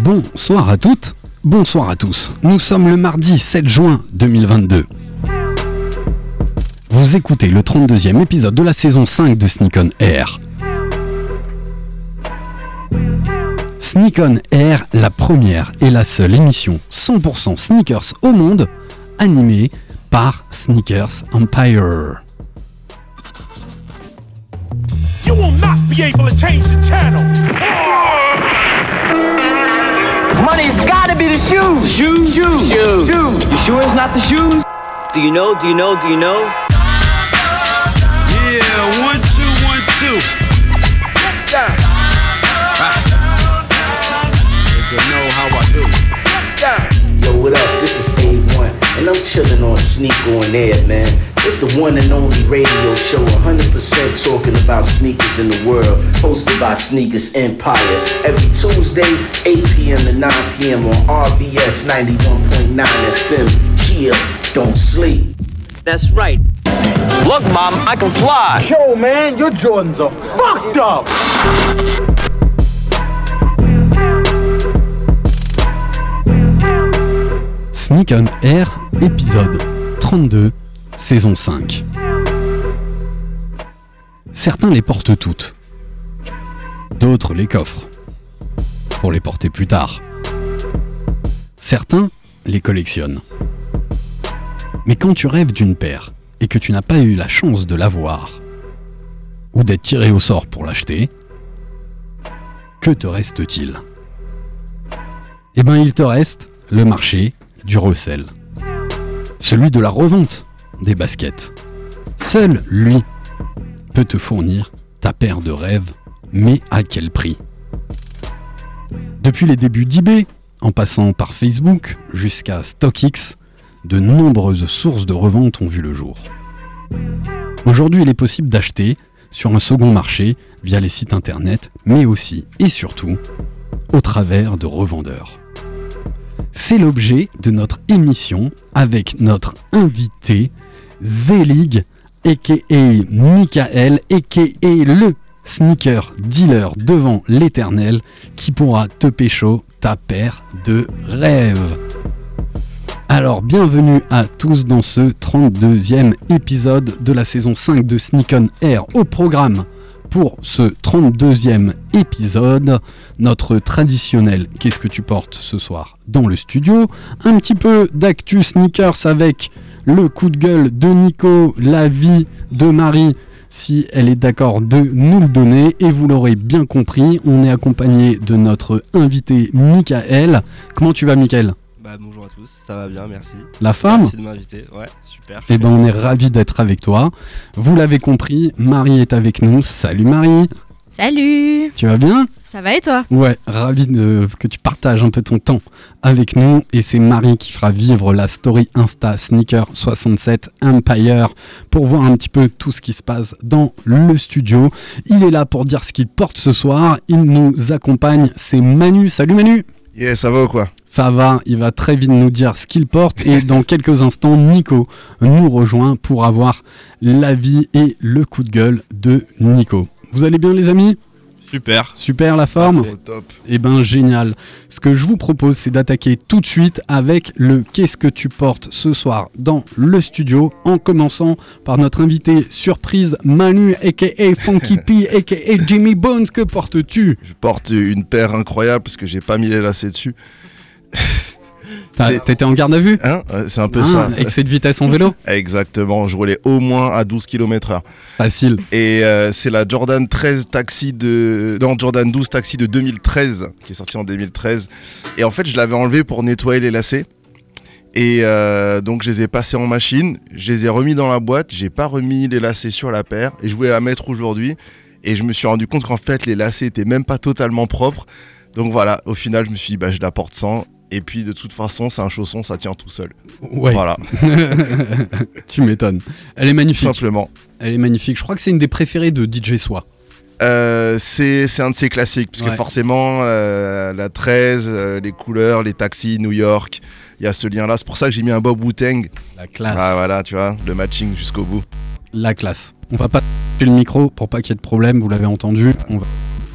Bonsoir à toutes, bonsoir à tous. Nous sommes le mardi 7 juin 2022. Vous écoutez le 32e épisode de la saison 5 de Sneak On Air. Sneak On Air, la première et la seule émission 100% sneakers au monde, animée par Sneakers Empire. You will not be able to change the channel. Money's gotta be the shoes. Shoes. You sure it's not the shoes? Do you know? Yeah, 1, 2, 1, 2. You know how I do. Yo, what up? This is A1, and I'm chillin' on Sneak On Air, man. It's the one and only radio show 100% talking about sneakers in the world, hosted by Sneakers Empire. Every Tuesday, 8 p.m. to 9 p.m. on RBS 91.9 FM. Chill, don't sleep. That's right. Look, Mom, I can fly. Yo, man, your Jordans are fucked up. Sneak On Air, épisode 32, saison 5. Certains les portent toutes, d'autres les coffrent, pour les porter plus tard. Certains les collectionnent. Mais quand tu rêves d'une paire, et que tu n'as pas eu la chance de l'avoir, ou d'être tiré au sort pour l'acheter, que te reste-t-il ? Eh ben il te reste le marché du resell. Celui de la revente des baskets. Seul lui peut te fournir ta paire de rêves, mais à quel prix ? Depuis les débuts d'eBay, en passant par Facebook jusqu'à StockX, de nombreuses sources de revente ont vu le jour. Aujourd'hui, il est possible d'acheter sur un second marché via les sites internet, mais aussi et surtout au travers de revendeurs. C'est l'objet de notre émission avec notre invité Zelig, a.k.a. Michael, a.k.a. le sneaker dealer devant l'éternel qui pourra te pécho ta paire de rêves. Alors bienvenue à tous dans ce 32e épisode de la saison 5 de Sneak On Air. Au programme pour ce 32e épisode, notre traditionnel « Qu'est-ce que tu portes ce soir ?» dans le studio, un petit peu d'actu sneakers avec le coup de gueule de Nico, l'avis de Marie, si elle est d'accord de nous le donner, et vous l'aurez bien compris, on est accompagné de notre invité Michael. Comment tu vas, Michael ? Bonjour à tous, ça va bien, merci. La forme ? Merci de m'inviter, ouais, super. Eh ben, on est ravis d'être avec toi. Vous l'avez compris, Marie est avec nous. Salut Marie. Salut. Tu vas bien ? Ça va et toi ? Ouais, ravi que tu partages un peu ton temps avec nous. Et c'est Marie qui fera vivre la story Insta Sneaker 67 Empire pour voir un petit peu tout ce qui se passe dans le studio. Il est là pour dire ce qu'il porte ce soir. Il nous accompagne, c'est Manu. Salut Manu. Yeah, ça va ou quoi ? Ça va, il va très vite nous dire ce qu'il porte et dans quelques instants, Nico nous rejoint pour avoir l'avis et le coup de gueule de Nico. Vous allez bien les amis ? Super la forme ? Au top. Eh ben génial. Ce que je vous propose, c'est d'attaquer tout de suite avec le Qu'est-ce que tu portes ce soir dans le studio, en commençant par notre invité surprise Manu, a.k.a. Funky P, a.k.a. Jimmy Bones. Que portes-tu ? Je porte une paire incroyable parce que j'ai pas mis les lacets dessus. T'étais en garde à vue ? Hein ? C'est un peu ça. Excès de vitesse en vélo ? Exactement, je roulais au moins à 12 km/h. Facile. Et c'est la Jordan 13 Taxi Jordan 12 Taxi de 2013 qui est sortie en 2013. Et en fait, je l'avais enlevé pour nettoyer les lacets. Et donc je les ai passés en machine, je les ai remis dans la boîte, j'ai pas remis les lacets sur la paire et je voulais la mettre aujourd'hui. Et je me suis rendu compte qu'en fait les lacets étaient même pas totalement propres. Donc voilà, au final je me suis dit je la porte sans. Et puis de toute façon c'est un chausson, ça tient tout seul. Ouais. Voilà. Tu m'étonnes. Elle est magnifique. Tout simplement. Elle est magnifique. Je crois que c'est une des préférées de DJ Soi. C'est un de ses classiques parce que forcément la 13, les couleurs, les taxis, New York, il y a ce lien là, c'est pour ça que j'ai mis un Bob Wu-Tang. La classe. Ah voilà, tu vois, le matching jusqu'au bout. La classe. On va pas le micro pour pas qu'il y ait de problème, vous l'avez entendu.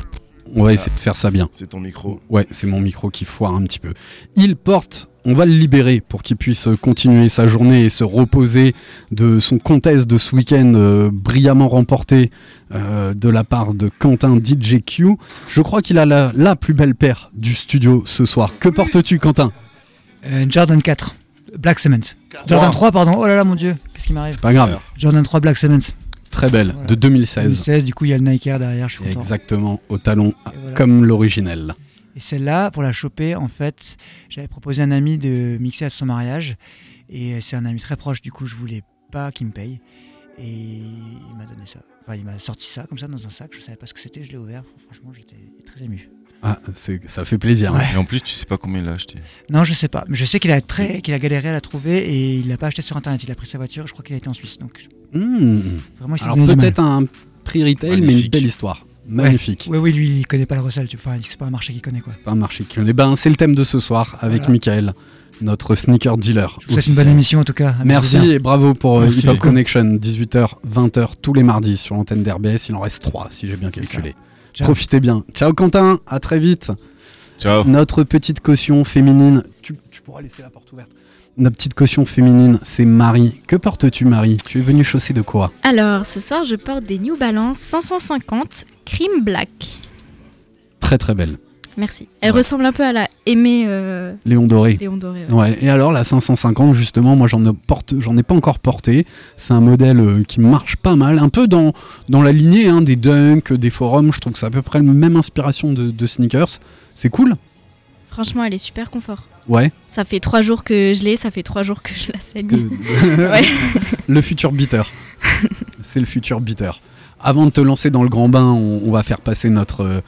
On va essayer de faire ça bien. C'est ton micro. Ouais, c'est mon micro qui foire un petit peu. Il porte, on va le libérer pour qu'il puisse continuer sa journée et se reposer de son contest de ce week-end brillamment remporté de la part de Quentin DJQ. Je crois qu'il a la plus belle paire du studio ce soir. Que portes-tu, Quentin ? Jordan 4, Black Cement. Jordan 3, pardon. Oh là là, mon Dieu, qu'est-ce qui m'arrive ? C'est pas grave. Jordan 3, Black Cement. Très belle, Voilà. de 2016. 2016, du coup, il y a le Nike Air derrière, je suis content. Exactement, au talon, Et voilà. comme l'originel. Et celle-là, pour la choper, en fait, j'avais proposé à un ami de mixer à son mariage. Et c'est un ami très proche, du coup, je voulais pas qu'il me paye. Et il m'a donné ça. Enfin, il m'a sorti ça, comme ça, dans un sac. Je savais pas ce que c'était, je l'ai ouvert. Franchement, j'étais très ému. Ah, ça fait plaisir. Ouais. Et en plus, tu sais pas combien il a acheté. Non, je sais pas. Mais je sais qu'il a galéré à la trouver et il l'a pas acheté sur Internet. Il a pris sa voiture, je crois qu'il a été en Suisse. Donc, vraiment, il s'est Alors donné du peut-être un prix retail, mais une Magnifique. belle histoire. Magnifique. mal. Oui, lui, il connaît pas le recel. Enfin, c'est pas un marché qu'il connaît, quoi. C'est pas un marché qui connaît. Ben, c'est le thème de ce soir avec Voilà. Michael, notre sneaker dealer. Je vous souhaite une bonne émission, en tout cas. Merci Amusez-vous bien. et bravo pour Merci Hip Hop beaucoup. Connection, 18h, 20h tous les mardis sur l'antenne d'RBS. Il en reste 3 si j'ai bien C'est calculé. Ciao. Profitez bien. Ciao Quentin, à très vite. Ciao. Notre petite caution féminine. Tu pourras laisser la porte ouverte. Notre petite caution féminine, c'est Marie. Que portes-tu, Marie ? Tu es venue chaussée de quoi ? Alors, ce soir, je porte des New Balance 550 Cream Black. Très très belle. Merci. Elle ressemble un peu à la Aimée Léon Doré. Léon Doré. Ouais. Ouais, et alors la 550 justement, moi j'en ai pas encore porté. C'est un modèle qui marche pas mal, un peu dans la lignée des Dunk, des forums. Je trouve que c'est à peu près la même inspiration de sneakers. C'est cool. Franchement, elle est super confort. Ouais. Ça fait 3 jours que je l'ai, ça fait 3 jours que je la saigne. Euh, Ouais. Le futur beater. C'est le futur beater. Avant de te lancer dans le grand bain, on va faire passer notre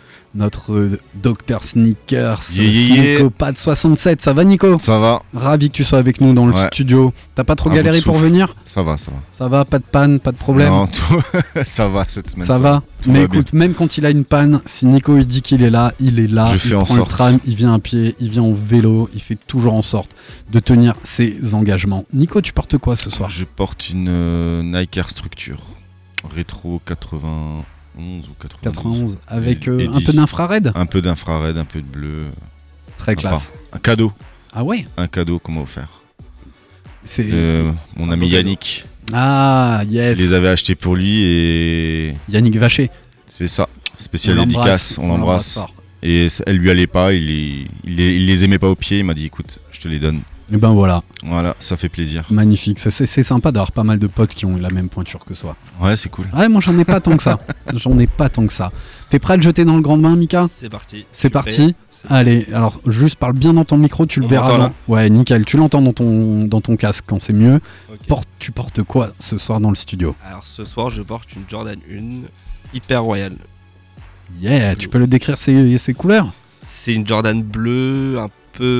Dr Sneakers, Yeah. Syncopate 67. Ça va, Nico ? Ça va, Ravi que tu sois avec nous dans le Ouais. studio. T'as pas trop Un bout de galéré pour souffle. venir ? ça va, ça va. Ça va, pas de panne, pas de problème. Non, tout... ça va cette semaine. Ça va. Tout Mais va bien. écoute, même quand il a une panne, si Nico il dit qu'il est là, il est là. Je il fais en prend sorte. le tram, il vient à pied, il vient en vélo, il fait toujours en sorte de tenir ses engagements. Nico, tu portes quoi ce soir ? Je porte une Nike Air Structure rétro 91 ou 91, avec Et un 10. peu d'infrared. Un peu d'infrared, un peu de bleu. Très Sympa. classe. Un cadeau. Ah ouais. Un cadeau qu'on m'a offert. C'est Mon un ami beau cadeau. Yannick. ah yes. Je les avais achetés pour lui et Yannick Vacher. c'est ça. Spécial On l'embrasse, dédicace, on l'embrasse. fort. Et elle lui allait pas, il les aimait pas au pied. Il m'a dit écoute, je te les donne. Et ben voilà, Voilà, ça fait plaisir. magnifique. C'est sympa d'avoir pas mal de potes qui ont la même pointure que soi. Ouais, c'est cool. Ouais, moi j'en ai pas tant que ça. J'en ai pas tant que ça. T'es prêt à le jeter dans le grand bain, Mika ? C'est parti. C'est Je suis parti. prêt. Allez, alors juste parle bien dans ton micro, tu le On verras. m'entend, Dans... Ouais, nickel, tu l'entends dans ton casque quand c'est mieux. Ok. Tu portes quoi ce soir dans le studio ? Alors ce soir, je porte une Jordan 1 hyper royale. Yeah, tu peux le décrire ses couleurs ? C'est une Jordan bleue, un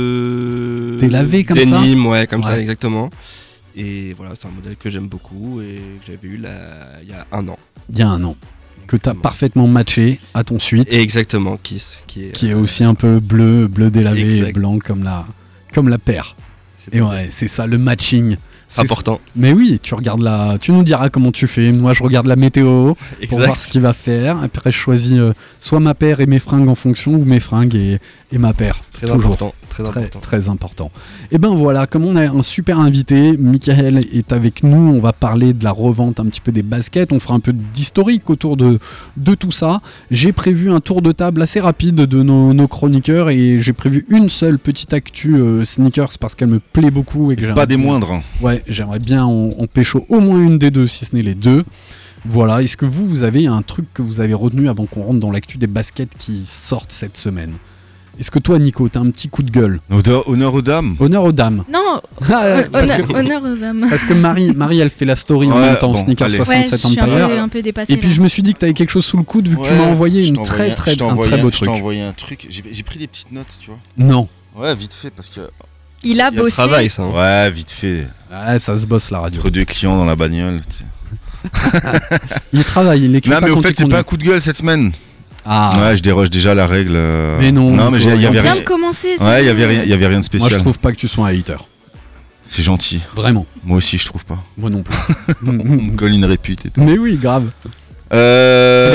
peu. T'es lavé comme ça Denim, ouais, comme ça, Ouais. exactement. Et voilà, c'est un modèle que j'aime beaucoup et que j'avais eu il y a 1 an. Il y a un an. Que t'as Exactement. parfaitement matché à ton suite. Et exactement, Kiss, Qui est aussi un peu bleu délavé et Exact. blanc comme la paire. c'est Et ouais, c'est ça le matching. C'est important. Mais oui, tu nous diras comment tu fais. Moi, je regarde la météo pour voir ce Exact. qu'il va faire. Après, je choisis soit ma paire et mes fringues en fonction, ou mes fringues et ma paire. Très Toujours. important. Très Très, important. très important. Et ben voilà, comme on a un super invité, Michael est avec nous, on va parler de la revente un petit peu des baskets, on fera un peu d'historique autour de tout ça. J'ai prévu un tour de table assez rapide de nos chroniqueurs et j'ai prévu une seule petite actu sneakers parce qu'elle me plaît beaucoup. Et que Pas des moindres. Ouais, j'aimerais bien en pécho au moins une des deux, si ce n'est les deux. Voilà, est-ce que vous avez un truc que vous avez retenu avant qu'on rentre dans l'actu des baskets qui sortent cette semaine ? Est-ce que toi, Nico, t'as un petit coup de gueule ? Honneur aux dames. Honneur aux dames. Non, honneur aux hommes. Parce que Marie, elle fait la story en Ouais, même temps, bon, Sneaker allez. 67 Ouais, je suis Empire. un peu dépassée. Et puis là. je me suis dit que t'avais quelque chose sous le coude vu que tu m'as envoyé un très beau Je truc. t'ai envoyé un truc. J'ai pris des petites notes, tu vois. Non. Ouais, vite fait, parce que. Il a Il y a le bossé. travail, ça. hein. Ouais, vite fait. Ouais, ça se bosse la radio. Entre deux clients dans la bagnole. tu sais. Il travaille, il écrit Non, pas mais au quand fait, il c'est pas conduit. un coup de gueule cette semaine. Ah, Ouais, je déroge déjà la règle. Mais non, Non, mais Nico, il y avait On rien. vient de commencer. c'est Ouais, il y bon. avait rien de moi spécial. je trouve pas que tu sois un hater. C'est gentil. Vraiment. Moi aussi, je trouve pas. Moi non plus. On me colle une répute et tout. Mais oui, grave. C'est les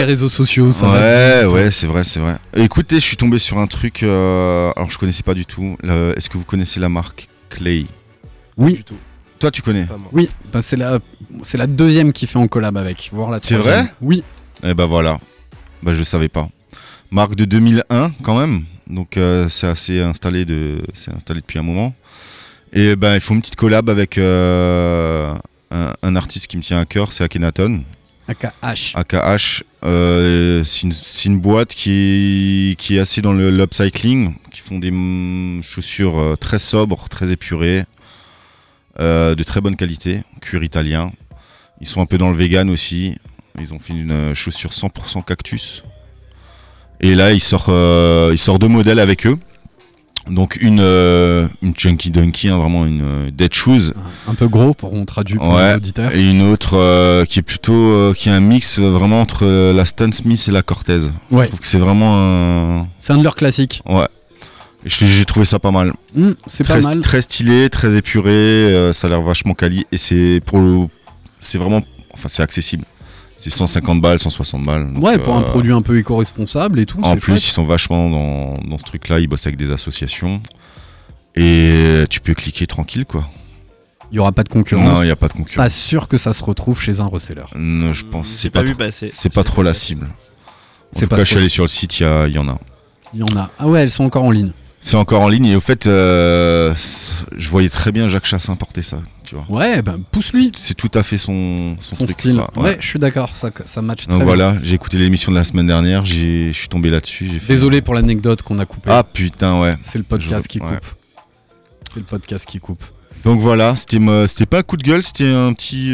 réseaux sociaux, ça va Ouais, vite. ouais, c'est vrai. Écoutez, je suis tombé sur un truc. Alors, je connaissais pas du tout. Est-ce que vous connaissez la marque Clay? Oui. Du tout. Toi, tu connais? Pas moi. Oui, bah c'est la deuxième qui fait en collab avec. Voir la C'est troisième. vrai? Oui. Eh ben voilà. Bah, je savais pas. Marque de 2001 quand même. Donc, c'est installé depuis un moment. Et ben, ils font une petite collab avec un artiste qui me tient à cœur, c'est Akhenaton. AKH. AKH, c'est une boîte qui est assez dans l'upcycling, qui font des chaussures très sobres, très épurées, de très bonne qualité, cuir italien. Ils sont un peu dans le vegan aussi. Ils ont fait une chaussure 100% cactus. Et là, ils sortent 2 modèles avec eux. Donc une Chunky Donkey, hein, vraiment une Dead Shoes. Un peu gros pour on traduit pour les auditeurs. Et une autre qui est plutôt qui est un mix vraiment entre la Stan Smith et la Cortez. Ouais. Je trouve que c'est vraiment C'est un de leurs classiques. ouais. Et j'ai trouvé ça pas mal. C'est Très, pas mal. très stylé, très épuré, ça a l'air vachement quali et c'est vraiment c'est accessible. C'est 150 balles, 160 balles. Donc, Ouais, pour un produit un peu éco-responsable et tout. en c'est plus, chouette. ils sont vachement dans ce truc-là, ils bossent avec des associations. Et tu peux cliquer tranquille, quoi. Il n'y aura pas de concurrence. Non, il n'y a pas de concurrence. Pas sûr que ça se retrouve chez un reseller. Non, je pense que J'ai c'est pas pas vu trop- passer. c'est pas trop la cible. En C'est tout pas cas, trop je suis allé la sur le site, il y en a. Il y en a. Ah ouais, elles sont encore en ligne. C'est encore en ligne et au fait, je voyais très bien Jacques Chassin porter ça, tu vois. Ouais, ben pousse-lui. C'est tout à fait son truc, style. quoi. Ouais, je suis d'accord, ça match très Donc bien. voilà, j'ai écouté l'émission de la semaine dernière, je suis tombé là-dessus. J'ai fait- Désolé pour l'anecdote qu'on a coupée. Ah putain, ouais. C'est le podcast qui Ouais. coupe. C'est le podcast qui coupe. Donc voilà, c'était pas un coup de gueule, c'était un petit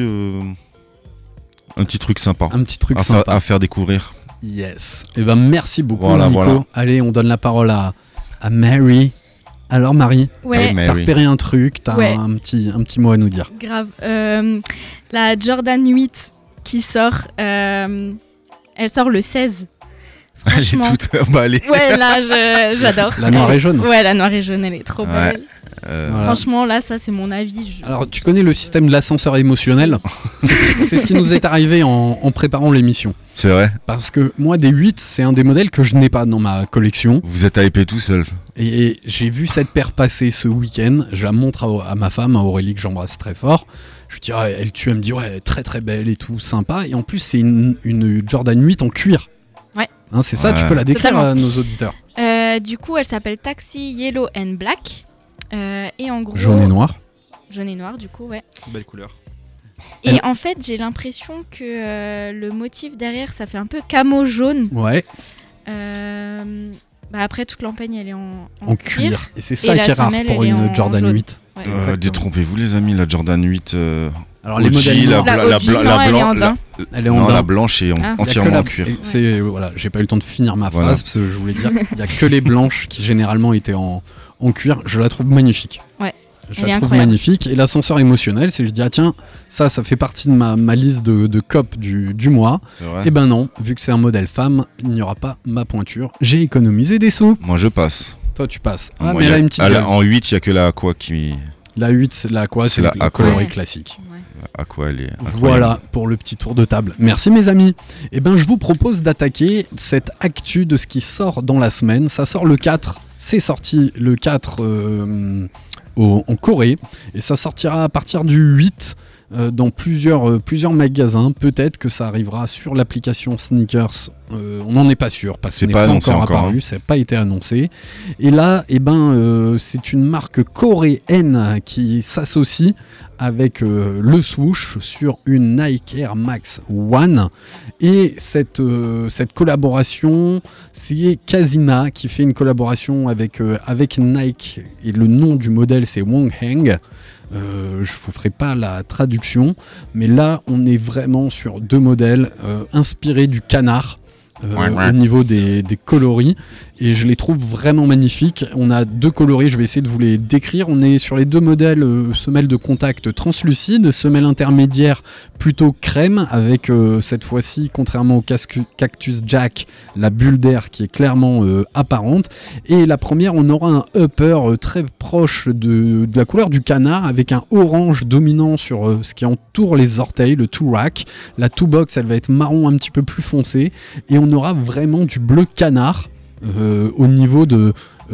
truc sympa Un petit truc à sympa. faire découvrir. Yes. Et ben merci beaucoup Voilà, Nico. voilà. Allez, on donne la parole à Mary. Alors Marie, Ouais, Hey, t'as Mary. repéré un truc, t'as Ouais. un petit mot à nous dire. grave. La Jordan 8 qui sort, elle sort le 16. Elle est Franchement. toute emballée. Ouais, là, j'adore. La noire et jaune. Ouais, la noire et jaune, elle est trop Ouais. belle. Voilà. Franchement, là, ça, c'est mon avis. Alors, tu connais le système de l'ascenseur émotionnel. C'est ce qui nous est arrivé en préparant l'émission. C'est vrai. Parce que moi, des 8, c'est un des modèles que je n'ai pas dans ma collection. Vous êtes hypé tout seul. Et j'ai vu cette paire passer ce week-end. Je la montre à ma femme, à Aurélie, que j'embrasse très fort. Je lui dis, ah, elle tue, elle me dit, ouais, très très belle et tout, sympa. Et en plus, c'est une Jordan 8 en cuir. Ouais. Hein, c'est ça, Ouais. tu peux la décrire Totalement. à nos auditeurs. Du coup, elle s'appelle Taxi Yellow and Black. Et en gros. Jaune et noir. Jaune et noir, du coup, ouais. Belle couleur. Et Elle- en fait, j'ai l'impression que le motif derrière, ça fait un peu camo jaune. Ouais, Après, toute l'empeigne, elle est en cuir. Et c'est ça Et la qui est rare semelle, pour elle est une en Jordan jaune. 8. Ouais. Exactement. Détrompez-vous les amis, la Jordan 8. Alors, les OG, modèles noirs, La OG, non, elle est en daim. elle est en Non, daim. la blanche est Ah. Il y a que entièrement la- en cuir. et c'est voilà, j'ai pas eu le temps de finir ma phrase Voilà. parce que je voulais dire il y a que les blanches qui généralement étaient en cuir. Je la trouve magnifique. Ouais. Je Elle la est trouve incroyable. magnifique. Et l'ascenseur émotionnel, c'est que je dis ah tiens, ça fait partie de ma liste de cop du mois. C'est vrai. Et ben non, vu que c'est un modèle femme, il n'y aura pas ma pointure. J'ai économisé des sous. Moi je passe. Toi tu passes. Ah Moi, mais y elle a- a une petite à la- gueule. en 8, il y a que la Aqua qui. La 8, c'est la quoi C'est la la Aqua. coloris Ouais. classique. Ouais. Aqua, elle est. incroyable. Voilà pour le petit tour de table. Merci mes amis. Et ben je vous propose d'attaquer cette actu de ce qui sort dans la semaine. Ça sort le 4. C'est sorti le 4 en Corée. Et ça sortira à partir du 8 dans plusieurs magasins. Peut-être que ça arrivera sur l'application Sneakers. On n'en est pas sûr parce que C'est ce n'est pas pas annoncé encore encore, apparu. Ça n'a pas été annoncé. Et là, c'est une marque coréenne qui s'associe avec le swoosh sur une Nike Air Max One. Et cette collaboration, c'est Casina qui fait une collaboration avec Nike. Et le nom du modèle, c'est Wong Heng. Je vous ferai pas la traduction, mais là, on est vraiment sur deux modèles inspirés du canard. au niveau des coloris, et je les trouve vraiment magnifiques. On a 2 coloris, je vais essayer de vous les décrire. On est sur les 2 modèles semelle de contact translucide, semelle intermédiaire plutôt crème, avec cette fois-ci, contrairement au Cactus Jack, la bulle d'air qui est clairement apparente. Et la première, on aura un upper très proche de la couleur du canard, avec un orange dominant sur ce qui entoure les orteils, le two rack. La two box, elle va être marron un petit peu plus foncé, et on aura vraiment du bleu canard au niveau de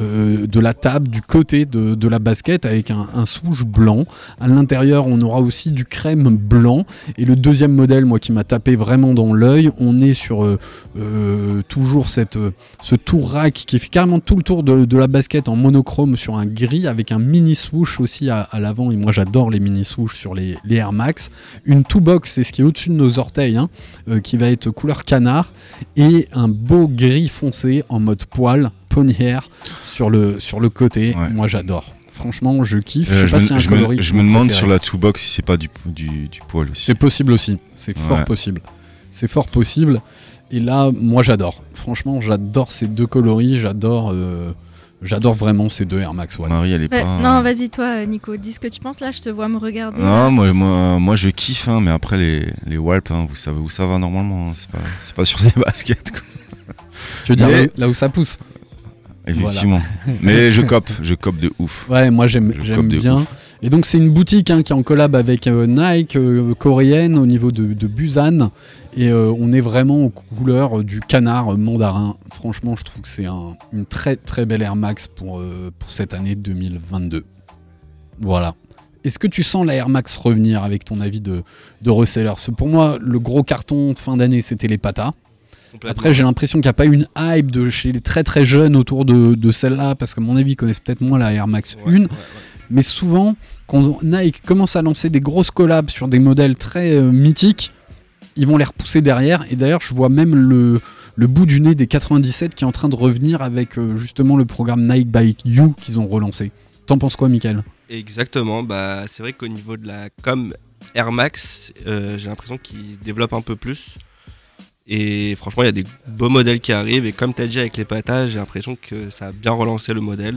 la table, du côté de la basket, avec un swoosh blanc. À l'intérieur, on aura aussi du crème blanc. Et le deuxième modèle, moi, qui m'a tapé vraiment dans l'œil, on est sur toujours ce tour rack qui fait carrément tout le tour de la basket en monochrome sur un gris, avec un mini swoosh aussi à l'avant. Et moi, j'adore les mini swoosh sur les Air Max. Une two box, c'est ce qui est au-dessus de nos orteils, qui va être couleur canard, et un beau gris foncé en mode poil, pony hair sur le côté. Ouais. Moi, j'adore. Franchement, je kiffe. Je sais pas si un coloris. Je me demande sur la two box si c'est pas du poil aussi. C'est possible aussi. C'est fort possible. C'est fort possible. Et là, moi, j'adore. Franchement, j'adore ces 2 coloris. J'adore vraiment ces 2 Air Max One. Marie, elle est pas. Non, vas-y, toi, Nico, dis ce que tu penses. Là, je te vois me regarder. Non, moi, je kiffe, mais après, les Walp, vous savez où ça va normalement. C'est pas sur des baskets, quoi. Tu veux dire là où ça pousse? Effectivement. Voilà. Mais je cope de ouf. Ouais, moi j'aime bien. Ouf. Et donc c'est une boutique qui est en collab avec Nike, coréenne, au niveau de Busan. Et on est vraiment aux couleurs du canard mandarin. Franchement, je trouve que c'est une très très belle Air Max pour cette année 2022. Voilà. Est-ce que tu sens la Air Max revenir avec ton avis de reseller? Pour moi, le gros carton de fin d'année, c'était les Patas. Après, j'ai l'impression qu'il n'y a pas une hype chez les très très jeunes autour de celle-là, parce qu'à mon avis, ils connaissent peut-être moins la Air Max 1. Mais souvent, quand Nike commence à lancer des grosses collabs sur des modèles très mythiques, ils vont les repousser derrière. Et d'ailleurs, je vois même le bout du nez des 97 qui est en train de revenir avec justement le programme Nike by You qu'ils ont relancé. T'en penses quoi, Mickaël? Exactement. C'est vrai qu'au niveau de la com Air Max, j'ai l'impression qu'ils développent un peu plus. Et franchement, il y a des beaux modèles qui arrivent. Et comme tu as dit avec les Patas, j'ai l'impression que ça a bien relancé le modèle.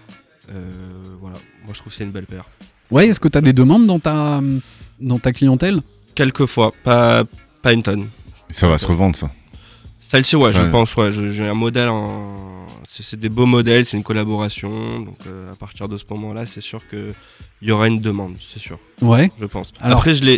Voilà, moi je trouve que c'est une belle paire. Ouais, est-ce que tu as des demandes dans ta clientèle? Quelques fois, pas une tonne. Ça va se revendre, ça? Celle-ci, ouais, je pense. Ouais, j'ai un modèle c'est des beaux modèles, c'est une collaboration. Donc à partir de ce moment-là, c'est sûr qu'il y aura une demande, c'est sûr. Ouais. Je pense. Alors, après, je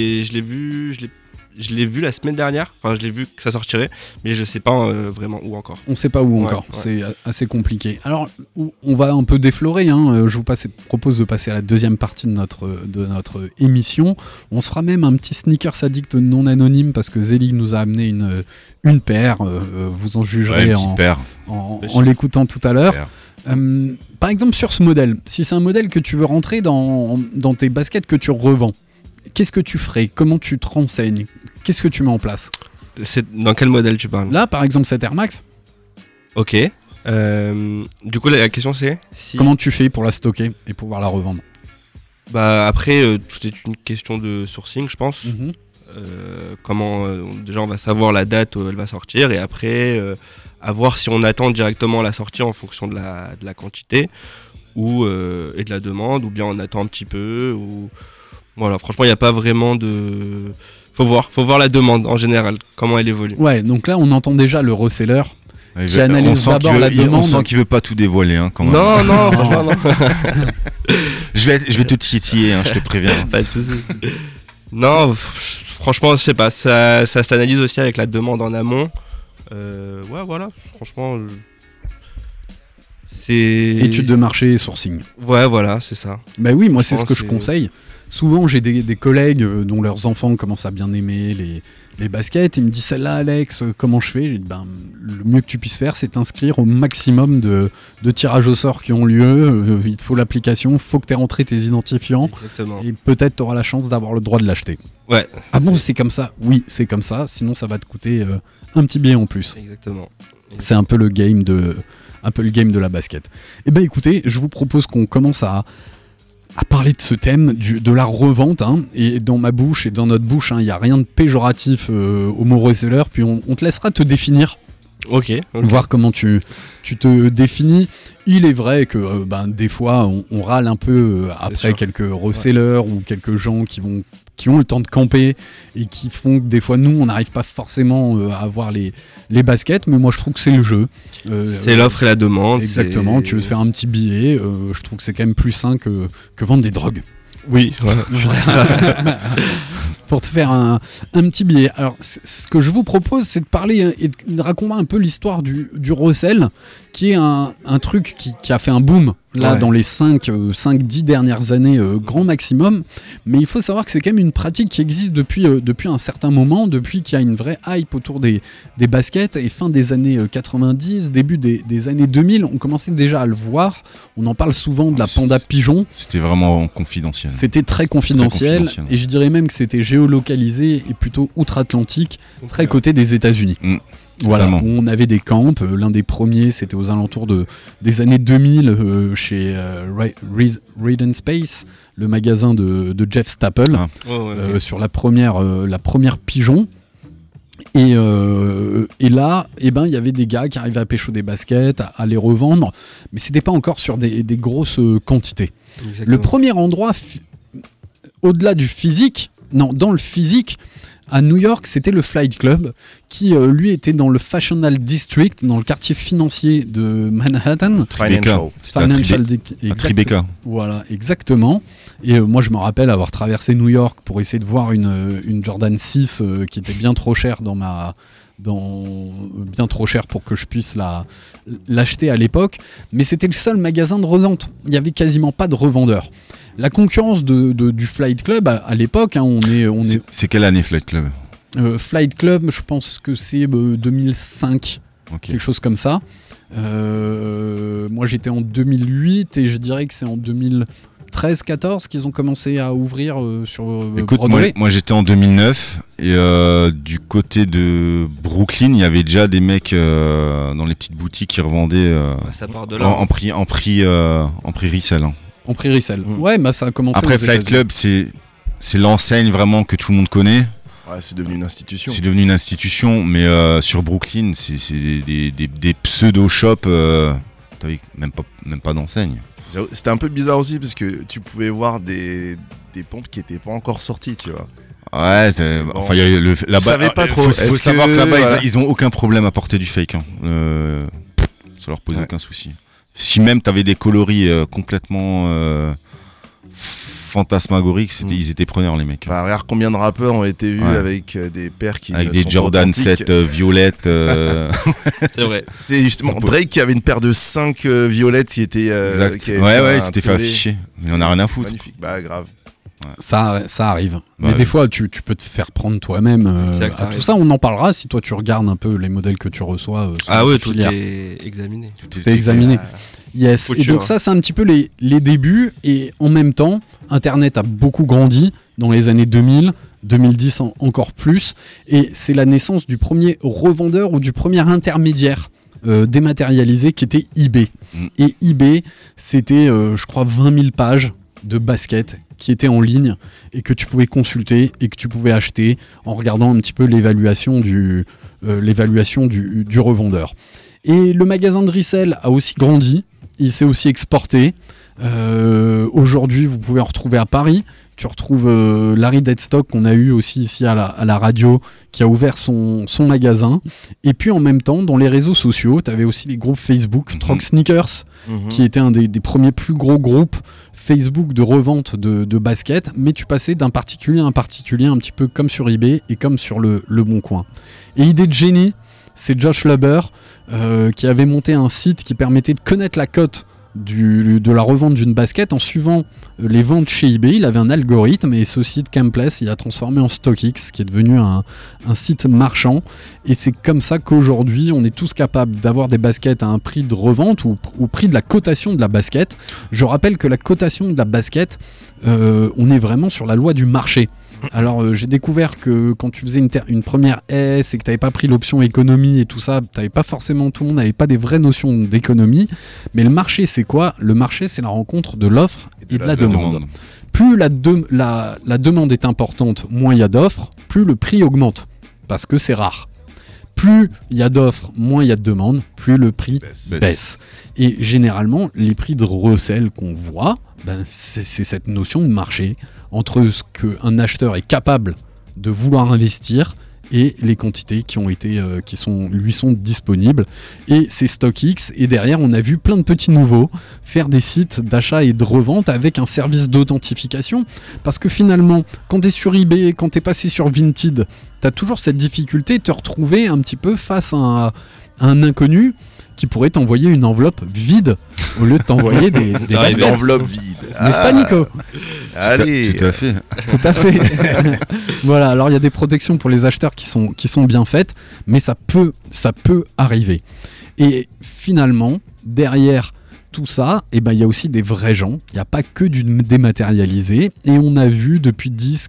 l'ai vu la semaine dernière, enfin je l'ai vu que ça sortirait, mais je sais pas vraiment où encore. On sait pas où encore, c'est assez compliqué. Alors on va un peu déflorer, je vous propose de passer à la deuxième partie de notre émission. On se fera même un petit sneakers addict non anonyme, parce que Zelig nous a amené une paire, vous en jugerez en l'écoutant tout à l'heure. Par exemple, sur ce modèle, si c'est un modèle que tu veux rentrer dans tes baskets que tu revends, qu'est-ce que tu ferais? Comment tu te renseignes? Qu'est-ce que tu mets en place? Dans quel modèle tu parles? Là, par exemple, cette Air Max. Ok. Du coup, la question c'est comment tu fais pour la stocker et pouvoir la revendre? Après, tout est une question de sourcing, je pense. Comment déjà on va savoir la date où elle va sortir, et après à voir si on attend directement la sortie en fonction de la quantité ou et de la demande, ou bien on attend un petit peu. Voilà, franchement, il n'y a pas vraiment de... Faut voir la demande en général, comment elle évolue. Ouais, donc là, on entend déjà le reseller qui analyse d'abord la demande. On sent qu'il veut pas tout dévoiler, quand même. Non, franchement, non. je vais te titiller, je te préviens. Pas de soucis. Non, franchement, je sais pas, ça s'analyse aussi avec la demande en amont. Ouais, voilà, franchement... C'est... Étude de marché et sourcing. Ouais, voilà, c'est ça. Bah oui, moi, c'est ce que je conseille. Souvent, j'ai des collègues dont leurs enfants commencent à bien aimer les baskets. Ils me disent, celle-là, Alex, comment je fais? Je dis, le mieux que tu puisses faire, c'est t'inscrire au maximum de tirages au sort qui ont lieu. Il te faut l'application, il faut que tu aies rentré tes identifiants. Exactement. Et peut-être tu auras la chance d'avoir le droit de l'acheter. Ouais. Ah bon, c'est comme ça? Oui, c'est comme ça. Sinon, ça va te coûter un petit billet en plus. Exactement. C'est un peu le game de la basket. Eh bien, écoutez, je vous propose qu'on commence à à parler de ce thème de la revente, hein, et dans ma bouche et dans notre bouche, il n'y a rien de péjoratif au mot reseller, puis on te laissera te définir. Ok. Voir comment tu te définis. Il est vrai que des fois on râle un peu après sûr. quelques resellers ou quelques gens qui ont le temps de camper et qui font que des fois nous on n'arrive pas forcément à avoir les baskets, mais moi je trouve que c'est le jeu. C'est l'offre et la demande. Exactement, tu veux te faire un petit billet, je trouve que c'est quand même plus sain que vendre des drogues. Oui, voilà. Pour te faire un petit billet. Alors, ce que je vous propose, c'est de parler et de raconter un peu l'histoire du resell, qui est un truc qui a fait un boom là dans les 5-10 dernières années, grand maximum. Mais il faut savoir que c'est quand même une pratique qui existe depuis un certain moment, depuis qu'il y a une vraie hype autour des baskets. Et fin des années 90, début des années 2000, on commençait déjà à le voir. On en parle souvent de la panda pigeon. C'était vraiment confidentiel. C'était très confidentiel. Et je dirais même que c'était géolocalisé et plutôt outre-Atlantique, très côté des États-Unis. Voilà, où on avait des camps. L'un des premiers, c'était aux alentours des années 2000 chez Read and Space, le magasin de Jeff Staple, sur la première pigeon. Et là, il y avait des gars qui arrivaient à pécho des baskets, à les revendre, mais c'était pas encore sur des grosses quantités. Exactement. Le premier endroit, au-delà du physique, dans le physique, à New York, c'était le Flight Club, qui lui était dans le Fashional District, dans le quartier financier de Manhattan. Financial Tribeca. Voilà, exactement. Et moi, je me rappelle avoir traversé New York pour essayer de voir une Jordan 6 qui était bien trop chère bien trop cher pour que je puisse l'acheter à l'époque, mais c'était le seul magasin de revente. Il n'y avait quasiment pas de revendeurs. La concurrence du Flight Club à l'époque, c'est quelle année Flight Club? Flight Club, je pense que c'est 2005, quelque chose comme ça. Moi j'étais en 2008 et je dirais que c'est en 2013-14 qu'ils ont commencé à ouvrir sur Broadway. Moi j'étais en 2009 et du côté de Brooklyn, il y avait déjà des mecs dans les petites boutiques qui revendaient ça part de là. en prix resell. Hein. En prix resell. Ouais, ça a commencé. Après Flight Club, c'est l'enseigne vraiment que tout le monde connaît. Ouais, c'est devenu une institution. C'est devenu une institution, mais sur Brooklyn, c'est des pseudo-shops, t'avais même pas d'enseigne. C'était un peu bizarre aussi parce que tu pouvais voir des pompes qui n'étaient pas encore sorties, tu vois. Ouais, enfin, là-bas, savais pas trop. Faut savoir que là-bas, ils ont aucun problème à porter du fake. Hein. Ça leur pose aucun souci. Si même t'avais des coloris complètement fantasmagoriques, ils étaient preneurs les mecs. Regarde combien de rappeurs ont été vus avec des paires qui avec des Jordan 7 violettes. C'est vrai. C'est justement Drake qui avait une paire de 5 violettes qui était. Exact. Il s'était fait afficher. Il en a rien à foutre. Magnifique. Grave. Ouais. Ça arrive. Mais des fois, tu peux te faire prendre toi-même à tout ça. On en parlera si toi tu regardes un peu les modèles que tu reçois. Tout est examiné. Tout est examiné. Yes. Et donc ça, c'est un petit peu les débuts. Et en même temps, Internet a beaucoup grandi dans les années 2000, 2010 encore plus. Et c'est la naissance du premier revendeur ou du premier intermédiaire dématérialisé qui était eBay. Et eBay, c'était, je crois, 20 000 pages de baskets qui étaient en ligne et que tu pouvais consulter et que tu pouvais acheter en regardant un petit peu l'évaluation du revendeur. Et le magasin de resell a aussi grandi, il s'est aussi exporté. Aujourd'hui, vous pouvez en retrouver à Paris. Tu retrouves Larry Deadstock qu'on a eu aussi ici à la radio, qui a ouvert son magasin. Et puis en même temps, dans les réseaux sociaux, tu avais aussi les groupes Facebook, Troc Sneakers, qui était un des premiers plus gros groupes Facebook de revente de baskets. Mais tu passais d'un particulier à un particulier, un petit peu comme sur eBay et comme sur le Bon Coin. Et idée de génie, c'est Josh Luber qui avait monté un site qui permettait de connaître la cote de la revente d'une basket en suivant les ventes chez eBay. Il avait un algorithme et ce site Campless, il a transformé en StockX, qui est devenu un site marchand. Et c'est comme ça qu'aujourd'hui on est tous capables d'avoir des baskets à un prix de revente ou au prix de la cotation de la basket. Je rappelle que la cotation de la basket, on est vraiment sur la loi du marché. Alors j'ai découvert que quand tu faisais une première S et que tu n'avais pas pris l'option économie et tout ça, tout le monde n'avait pas des vraies notions d'économie. Mais le marché, c'est quoi ? Le marché, c'est la rencontre de l'offre et de la demande. Plus la demande est importante, moins il y a d'offres, plus le prix augmente, parce que c'est rare. Plus il y a d'offres, moins il y a de demandes, plus le prix baisse. Et généralement, les prix de recel qu'on voit, c'est cette notion de marché entre ce qu'un acheteur est capable de vouloir investir et les quantités qui lui sont disponibles. Et c'est StockX. Et derrière, on a vu plein de petits nouveaux faire des sites d'achat et de revente avec un service d'authentification. Parce que finalement, quand tu es sur eBay, quand tu es passé sur Vinted, tu as toujours cette difficulté de te retrouver un petit peu face à un inconnu qui pourrait t'envoyer une enveloppe vide au lieu de t'envoyer des baskets. Enveloppe vide. N'est-ce pas, Nico ? Allez. Tout à fait. Tout à fait. Voilà, alors il y a des protections pour les acheteurs qui sont bien faites, mais ça peut arriver. Et finalement, derrière tout ça, il y a aussi des vrais gens. Il n'y a pas que du dématérialisé. Et on a vu depuis 10,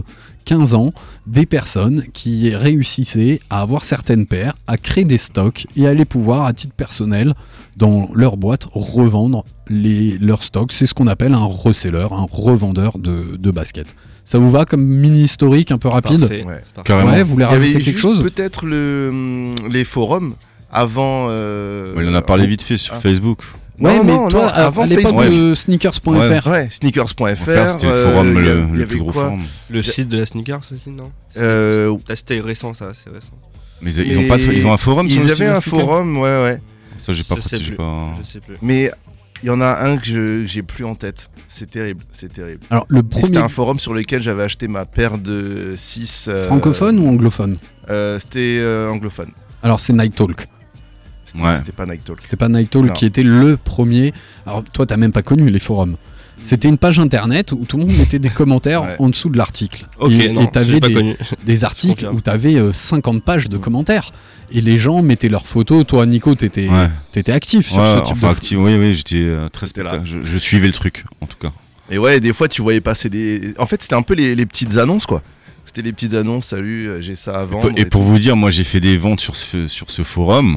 15 ans des personnes qui réussissaient à avoir certaines paires, à créer des stocks et à aller pouvoir, à titre personnel, dans leur boîte, revendre leurs stocks. C'est ce qu'on appelle un reseller, un revendeur de baskets. Ça vous va comme mini historique un peu rapide ? Parfait. Ouais. Carrément. Ouais, vous voulez rajouter quelque chose ? Peut-être les forums avant. Il en a parlé vite fait sur Facebook. Non, toi, avant à l'époque Facebook. de sneakers.fr. Ouais, sneakers.fr. C'était le forum y le avait plus gros quoi forum. Le site de la sneaker, c'est non C'était récent, ça, c'est récent. Mais ils ont un forum. Ils sur le avaient un site forum, ouais. Ça, j'ai pas pratiqué. Je sais plus. Mais il y en a un que j'ai plus en tête. C'est terrible. Alors, le premier. C'était un forum sur lequel j'avais acheté ma paire de 6. Francophone ou anglophone ? C'était anglophone. Alors, c'est Night Talk. C'était pas Night Talk. C'était pas Night Talk qui était le premier. Alors, toi, t'as même pas connu les forums. C'était une page internet où tout le monde mettait des commentaires en dessous de l'article. Et t'avais des articles où t'avais 50 pages de commentaires. Et les gens mettaient leurs photos. Toi, Nico, t'étais actif sur ce type de... actif, oui, j'étais très spectaculaire. Je suivais le truc, en tout cas. Et ouais, des fois, tu voyais passer des... En fait, c'était un peu les petites annonces, quoi. C'était les petites annonces, salut, j'ai ça à vendre. Et pour vous dire, moi, j'ai fait des ventes sur ce forum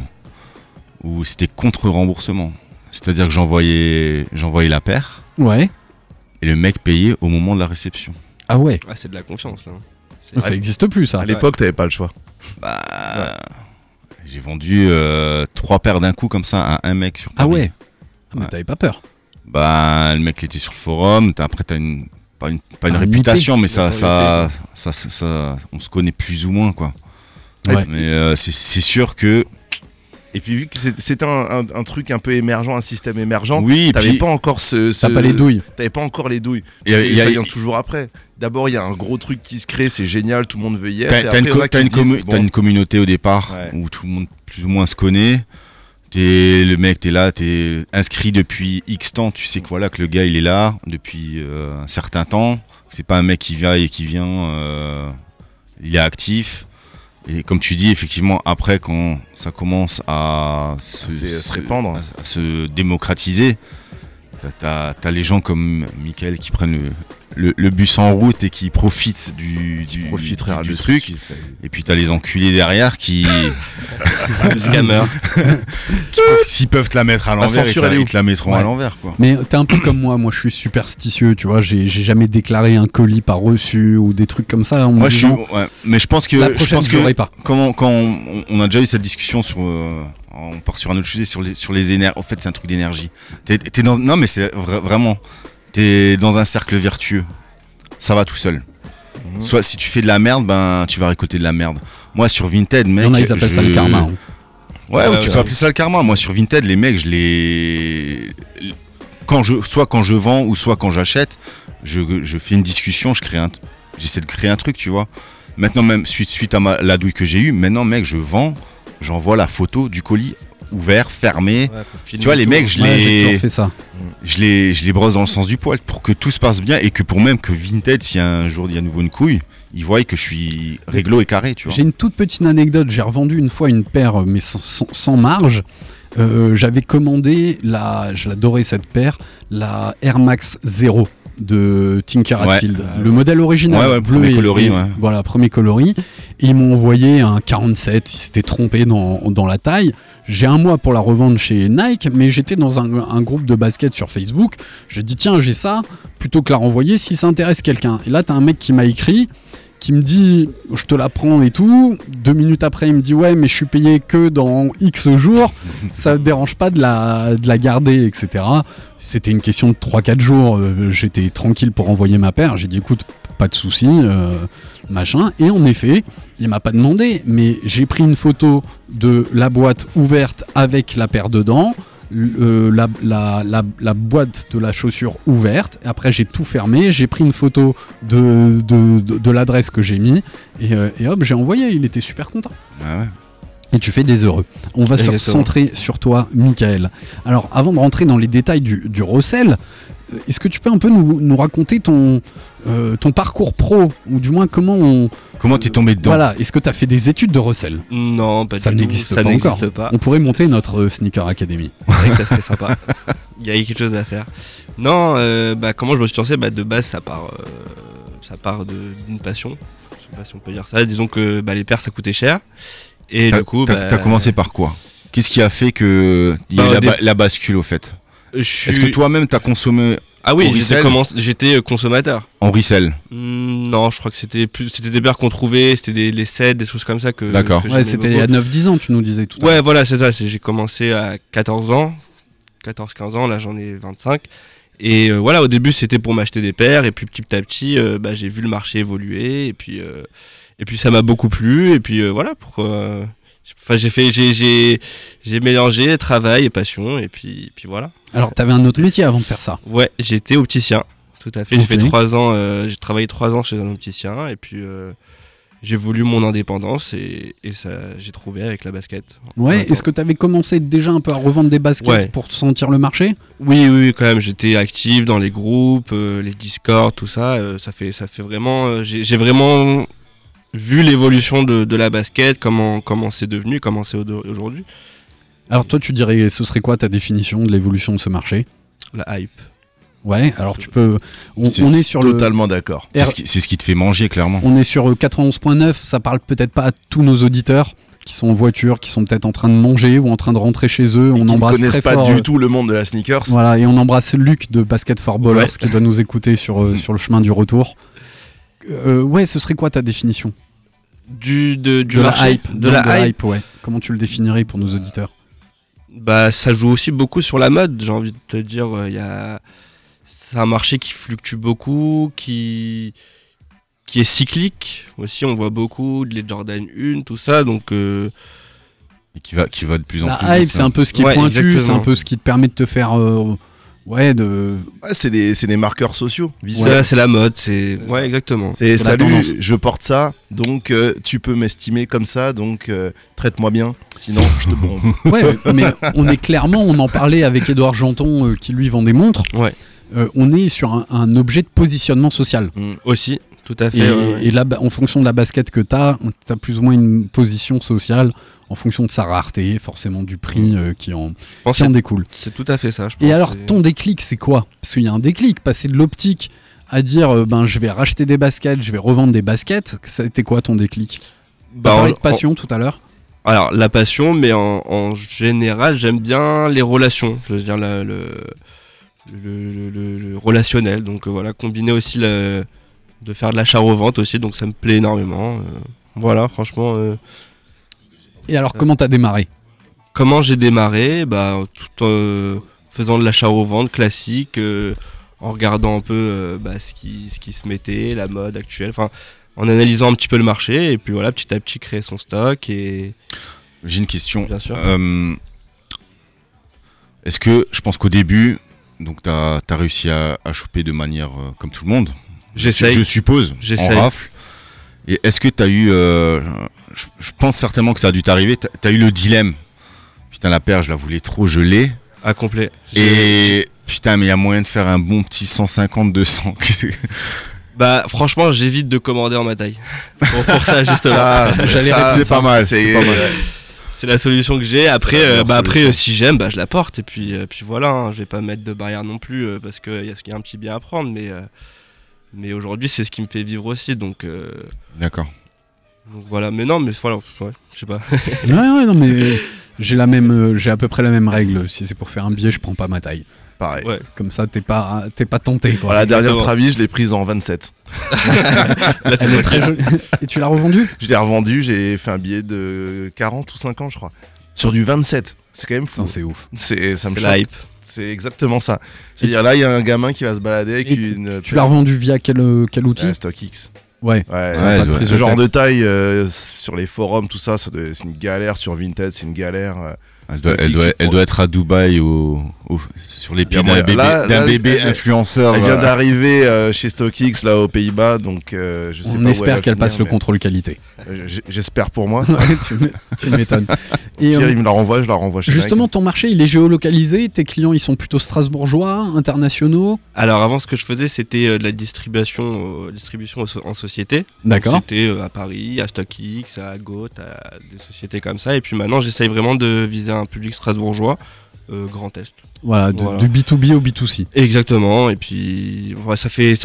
où c'était contre remboursement. C'est-à-dire que j'envoyais la paire. Ouais. Et le mec payait au moment de la réception. Ah ouais. Ah, c'est de la confiance, là. Ça existe plus, ça. À l'époque, t'avais pas le choix. J'ai vendu 3 paires d'un coup comme ça à un mec sur Paris. Ah ouais. Mais t'avais pas peur. Le mec il était sur le forum. Après, t'as pas une réputation, mais ça, on se connaît plus ou moins, quoi. Ouais. Mais c'est sûr que. Et puis vu que c'était un truc un peu émergent, un système émergent, oui, t'avais pas encore T'as pas les douilles. T'avais pas encore les douilles. Et ça vient toujours après. D'abord, il y a un gros truc qui se crée, c'est génial, tout le monde veut y être. T'as une communauté au départ où tout le monde plus ou moins se connaît. Le mec, t'es là, t'es inscrit depuis X temps. Tu sais que voilà que le gars il est là depuis un certain temps. C'est pas un mec qui vient il est actif. Et comme tu dis, effectivement, après, quand ça commence à se répandre, à se démocratiser, t'as les gens comme Mickaël qui prennent le bus en route et qui profitent du truc. Et puis t'as les enculés derrière qui... Les scammers. S'ils peuvent te la mettre à l'envers, ils te la mettront à l'envers, quoi. Mais t'es un peu comme moi je suis superstitieux, tu vois, j'ai jamais déclaré un colis par reçu ou des trucs comme ça. Moi je suis... Mais je pense que... La prochaine, je l'aurai pas. Quand on a déjà eu cette discussion sur... on part sur un autre sujet, sur les énergies. En fait, c'est un truc d'énergie. Non, mais c'est vraiment... T'es dans un cercle vertueux. Ça va tout seul. Soit si tu fais de la merde, tu vas récolter de la merde. Moi, sur Vinted, mec... ils appellent ça le karma. Ouais, tu peux appeler ça le karma. Moi, sur Vinted, les mecs, soit quand je vends ou soit quand j'achète, je fais une discussion, j'essaie de créer un truc, tu vois. Maintenant, même suite à la douille que j'ai eue, maintenant, mec, je vends, j'envoie la photo du colis ouvert, fermé. Tu vois, les mecs, j'ai toujours fait ça. Je les brosse dans le sens du poil pour que tout se passe bien et que pour même que Vinted, si un jour il y a à nouveau une couille, ils voient que je suis réglo et carré, tu vois. J'ai une toute petite anecdote. J'ai revendu une fois une paire, mais sans marge. J'avais commandé, j'adorais cette paire, la Air Max 0. de Tinker Ouais. Hatfield. Le modèle original, Ouais, bleu premier et coloris, et- ouais. voilà, premier coloris. Et ils m'ont envoyé un 47, ils s'étaient trompés dans la taille. J'ai un mois pour la revendre chez Nike, mais j'étais dans un groupe de basket sur Facebook. J'ai dit tiens, j'ai ça, plutôt que la renvoyer si ça intéresse quelqu'un. Et là, t'as un mec qui m'a écrit, qui me dit je te la prends et tout. 2 minutes après, il me dit ouais, mais je suis payé que dans X jours, ça ne dérange pas de la garder, etc. C'était une question de 3-4 jours. J'étais tranquille pour envoyer ma paire. J'ai dit écoute, pas de souci, machin. Et en effet, il m'a pas demandé, mais j'ai pris une photo de la boîte ouverte avec la paire dedans. La boîte de la chaussure ouverte. Après, j'ai tout fermé. J'ai pris une photo de l'adresse que j'ai mis et hop, j'ai envoyé. Il était super content. Ah ouais. Et tu fais des heureux. On va se Exactement. centrer sur toi, Michael. Alors, avant de rentrer dans les détails du recel, est-ce que tu peux un peu nous raconter ton parcours pro, ou du moins Comment t'es tombé dedans? Voilà, est-ce que tu as fait des études de recel? Non, pas Ça du tout. n'existe Ça pas encore. n'existe pas. On pourrait monter notre Sneaker Academy. C'est vrai que ça serait sympa. Il y a quelque chose à faire. Non, comment je me suis lancé, de base, ça part d'une passion. Je sais pas si on peut dire ça. Disons que les paires, ça coûtait cher. Et du coup, T'as commencé par quoi? Qu'est-ce qui a fait que il y a eu la bascule au fait? Est-ce que toi-même t'as consommé Ah oui, en resell? j'étais consommateur. En resell? Non, je crois que c'était des paires qu'on trouvait, c'était des sets, des choses comme ça que. D'accord. que Ouais, j'aimais c'était il y a beaucoup. 9-10 ans, tu nous disais tout à l'heure. Ouais, voilà, c'est ça. J'ai commencé à 14 ans. 14-15 ans, là j'en ai 25. Et voilà, au début c'était pour m'acheter des paires. Et puis petit à petit, j'ai vu le marché évoluer. Et puis ça m'a beaucoup plu. Et puis voilà, j'ai mélangé travail et passion. Et puis voilà. Alors, tu avais un autre métier avant de faire ça? Ouais, j'étais opticien. Tout à fait. Ok. J'ai fait 3 ans. J'ai travaillé 3 ans chez un opticien. Et puis j'ai voulu mon indépendance. Et ça, j'ai trouvé avec la basket. Ouais, Attends. est-ce que tu avais commencé déjà un peu à revendre des baskets Ouais. pour sentir le marché? Oui, quand même. J'étais actif dans les groupes, les Discord, tout ça. Ça fait vraiment. J'ai vraiment vu l'évolution de la basket, comment c'est devenu, comment c'est aujourd'hui. Alors, toi, tu dirais, ce serait quoi ta définition de l'évolution de ce marché? La hype. Ouais, alors tu peux. On est sur totalement d'accord. C'est ce qui te fait manger, clairement. On est sur 91.9, ça parle peut-être pas à tous nos auditeurs qui sont en voiture, qui sont peut-être en train de manger ou en train de rentrer chez eux. On Qui ne embrasse connaissent très pas fort, du tout le monde de la sneakers. Voilà, et on embrasse Luc de Basket for Ballers Ouais. qui doit nous écouter sur le chemin du retour. Ouais, ce serait quoi ta définition Du de marché, la hype? de la hype. ouais. Comment tu le définirais pour nos auditeurs? Ça joue aussi beaucoup sur la mode, j'ai envie de te dire. C'est un marché qui fluctue beaucoup, qui est cyclique aussi. On voit beaucoup les Jordan 1, tout ça. Donc, Et qui va de plus en plus. La hype, vite, c'est un peu ce qui est Ouais, pointu, exactement. c'est un peu ce qui te permet de te faire. Ouais, c'est des marqueurs sociaux. visuels. c'est la mode. Ouais, exactement. C'est C'est la salut, tendance. je porte ça, donc tu peux m'estimer comme ça, donc traite-moi bien, sinon je te bombe. Ouais, mais on en parlait avec Édouard Janton qui lui vend des montres. Ouais. On est sur un objet de positionnement social. Aussi, tout à fait. Et, ouais. et là, en fonction de la basket que tu as plus ou moins une position sociale en fonction de sa rareté, forcément du prix qui en Je pense qui en que découle. c'est tout à fait ça. Je pense. Et alors, C'est- ton déclic, c'est quoi? Parce qu'il y a un déclic, passer de l'optique à dire je vais racheter des baskets, je vais revendre des baskets. Ça a été quoi ton déclic? T'as parlé de passion tout à l'heure. Alors, la passion, mais en général, j'aime bien les relations. Je veux dire, le relationnel. Donc voilà, combiner aussi de faire de l'achat-revente aussi. Donc ça me plaît énormément. Voilà, franchement. Et alors, comment t'as démarré? Comment j'ai démarré? Tout en faisant de l'achat-revente classique, en regardant un peu ce qui se mettait, la mode actuelle. Enfin, en analysant un petit peu le marché. Et puis voilà, petit à petit, créer son stock. Et J'ai une question. bien sûr. Est-ce que, je pense qu'au début, donc t'as réussi à choper de manière comme tout le monde? J'essaye. Je suppose, en J'essaye. rafle. Et est-ce que t'as eu, je pense certainement que ça a dû t'arriver, t'as eu le dilemme. Putain, la paire, je la voulais trop, je l'ai. À complet. Et putain, mais il y a moyen de faire un bon petit 150-200. Franchement, j'évite de commander en ma taille. Pour ça, justement. Ça, J'allais ça, répondre c'est pas mal, c'est pas mal. C'est la solution que j'ai. Après, C'est la meilleure solution. si j'aime, je la porte. Et puis voilà, hein, je vais pas mettre de barrière non plus parce qu'il y a un petit bien à prendre. Mais aujourd'hui, c'est ce qui me fait vivre aussi. Donc D'accord. voilà. Mais non, mais voilà, ouais, je sais pas. Ouais, non, mais j'ai à peu près la même règle. Si c'est pour faire un billet, je prends pas ma taille. Pareil. Ouais. Comme ça, t'es pas tenté. Quoi. Voilà, la dernière Exactement. Travis, je l'ai prise en 27. Elle est très jolie. Et tu l'as revendue? Je l'ai revendue, j'ai fait un billet de 40 ou 50, je crois. Sur du 27. C'est quand même fou. Non, c'est ouf. Ça me C'est choque. la hype. C'est exactement ça. C'est-à-dire là, il y a un gamin qui va se balader avec Et une. tu l'as revendue via quel outil? StockX. Ouais. Ouais, Ça a pas de prise ce de genre tête. de taille sur les forums, tout ça, c'est une galère. Sur Vinted, c'est une galère. Elle doit être à Dubaï sur les pieds moyen. d'un bébé influenceur. Elle vient d'arriver chez StockX là aux Pays-Bas, donc je sais On pas. espère qu'elle passe le contrôle qualité. J'espère pour moi. Ouais, tu m'étonnes. Et Pierre, il me la renvoie, je la renvoie chez justement, ton marché, il est géolocalisé. Tes clients, ils sont plutôt strasbourgeois, internationaux. Alors avant, ce que je faisais, c'était de la distribution en société. D'accord. C'était à Paris, à StockX, à Goat, à des sociétés comme ça. Et puis maintenant, j'essaye vraiment de viser un public strasbourgeois, Grand Est. Voilà, du B2B au B2C. Exactement. Et puis voilà, ça fait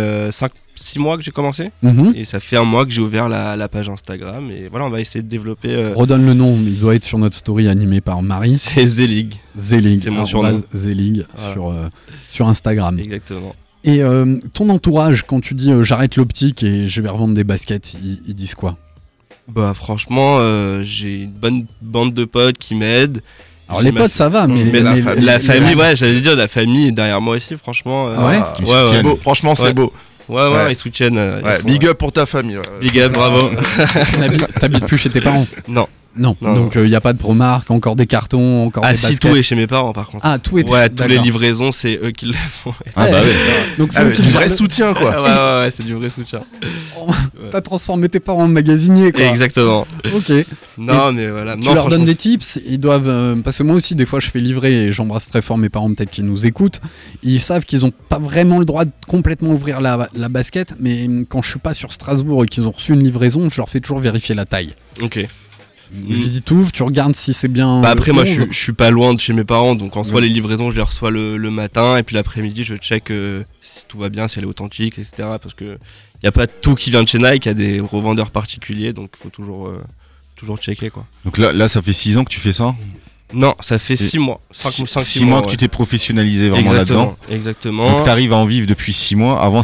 5-6 mois que j'ai commencé. Mhm. Et ça fait un mois que j'ai ouvert la page Instagram. Et voilà, on va essayer de développer. Redonne le nom, il doit être sur notre story animé par Marie. C'est Zelig. Zelig. C'est mon surnom. Zelig Voilà. sur Instagram. Exactement. Et ton entourage, quand tu dis j'arrête l'optique et je vais revendre des baskets, ils disent quoi? Bah franchement, j'ai une bonne bande de potes qui m'aident. Alors les potes ça va, mais la famille, ouais, j'allais dire la famille est derrière moi aussi, franchement. Ouais, C'est beau, franchement c'est beau. Ouais, ils soutiennent. Ouais, big up pour ta famille. Big up, bravo. T'habites plus chez tes parents? Non. Non, donc il n'y a pas de remarques, encore des cartons, encore des baskets. Tout est chez mes parents par contre. Ah, tout est Ouais, toutes les d'accord. livraisons, c'est eux qui le font. Ah bah ouais. Donc c'est eux qui du te vrai gardent- soutien quoi. Ouais, c'est du vrai soutien. T'as transformé tes parents en magasiniers quoi. Exactement. Ok. Non, mais voilà. Tu leur donnes des tips, ils doivent parce que moi aussi des fois je fais livrer et j'embrasse très fort mes parents peut-être qui nous écoutent. Ils savent qu'ils ont pas vraiment le droit de complètement ouvrir la basket, mais quand je suis pas sur Strasbourg et qu'ils ont reçu une livraison, je leur fais toujours vérifier la taille. Ok. Visite ouvre, tu regardes si c'est bien. Bah après le moi 11. je suis pas loin de chez mes parents, donc en soi Ouais. les livraisons je les reçois le matin et puis l'après-midi je check si tout va bien, si elle est authentique, etc. Parce que y a pas tout qui vient de chez Nike, il y a des revendeurs particuliers, donc il faut toujours checker quoi. Donc là, ça fait 6 ans que tu fais ça? Non, ça fait 6 mois. 5-6 mois que tu t'es professionnalisé vraiment là-dedans. Exactement. Donc t'arrives à en vivre depuis 6 mois. Avant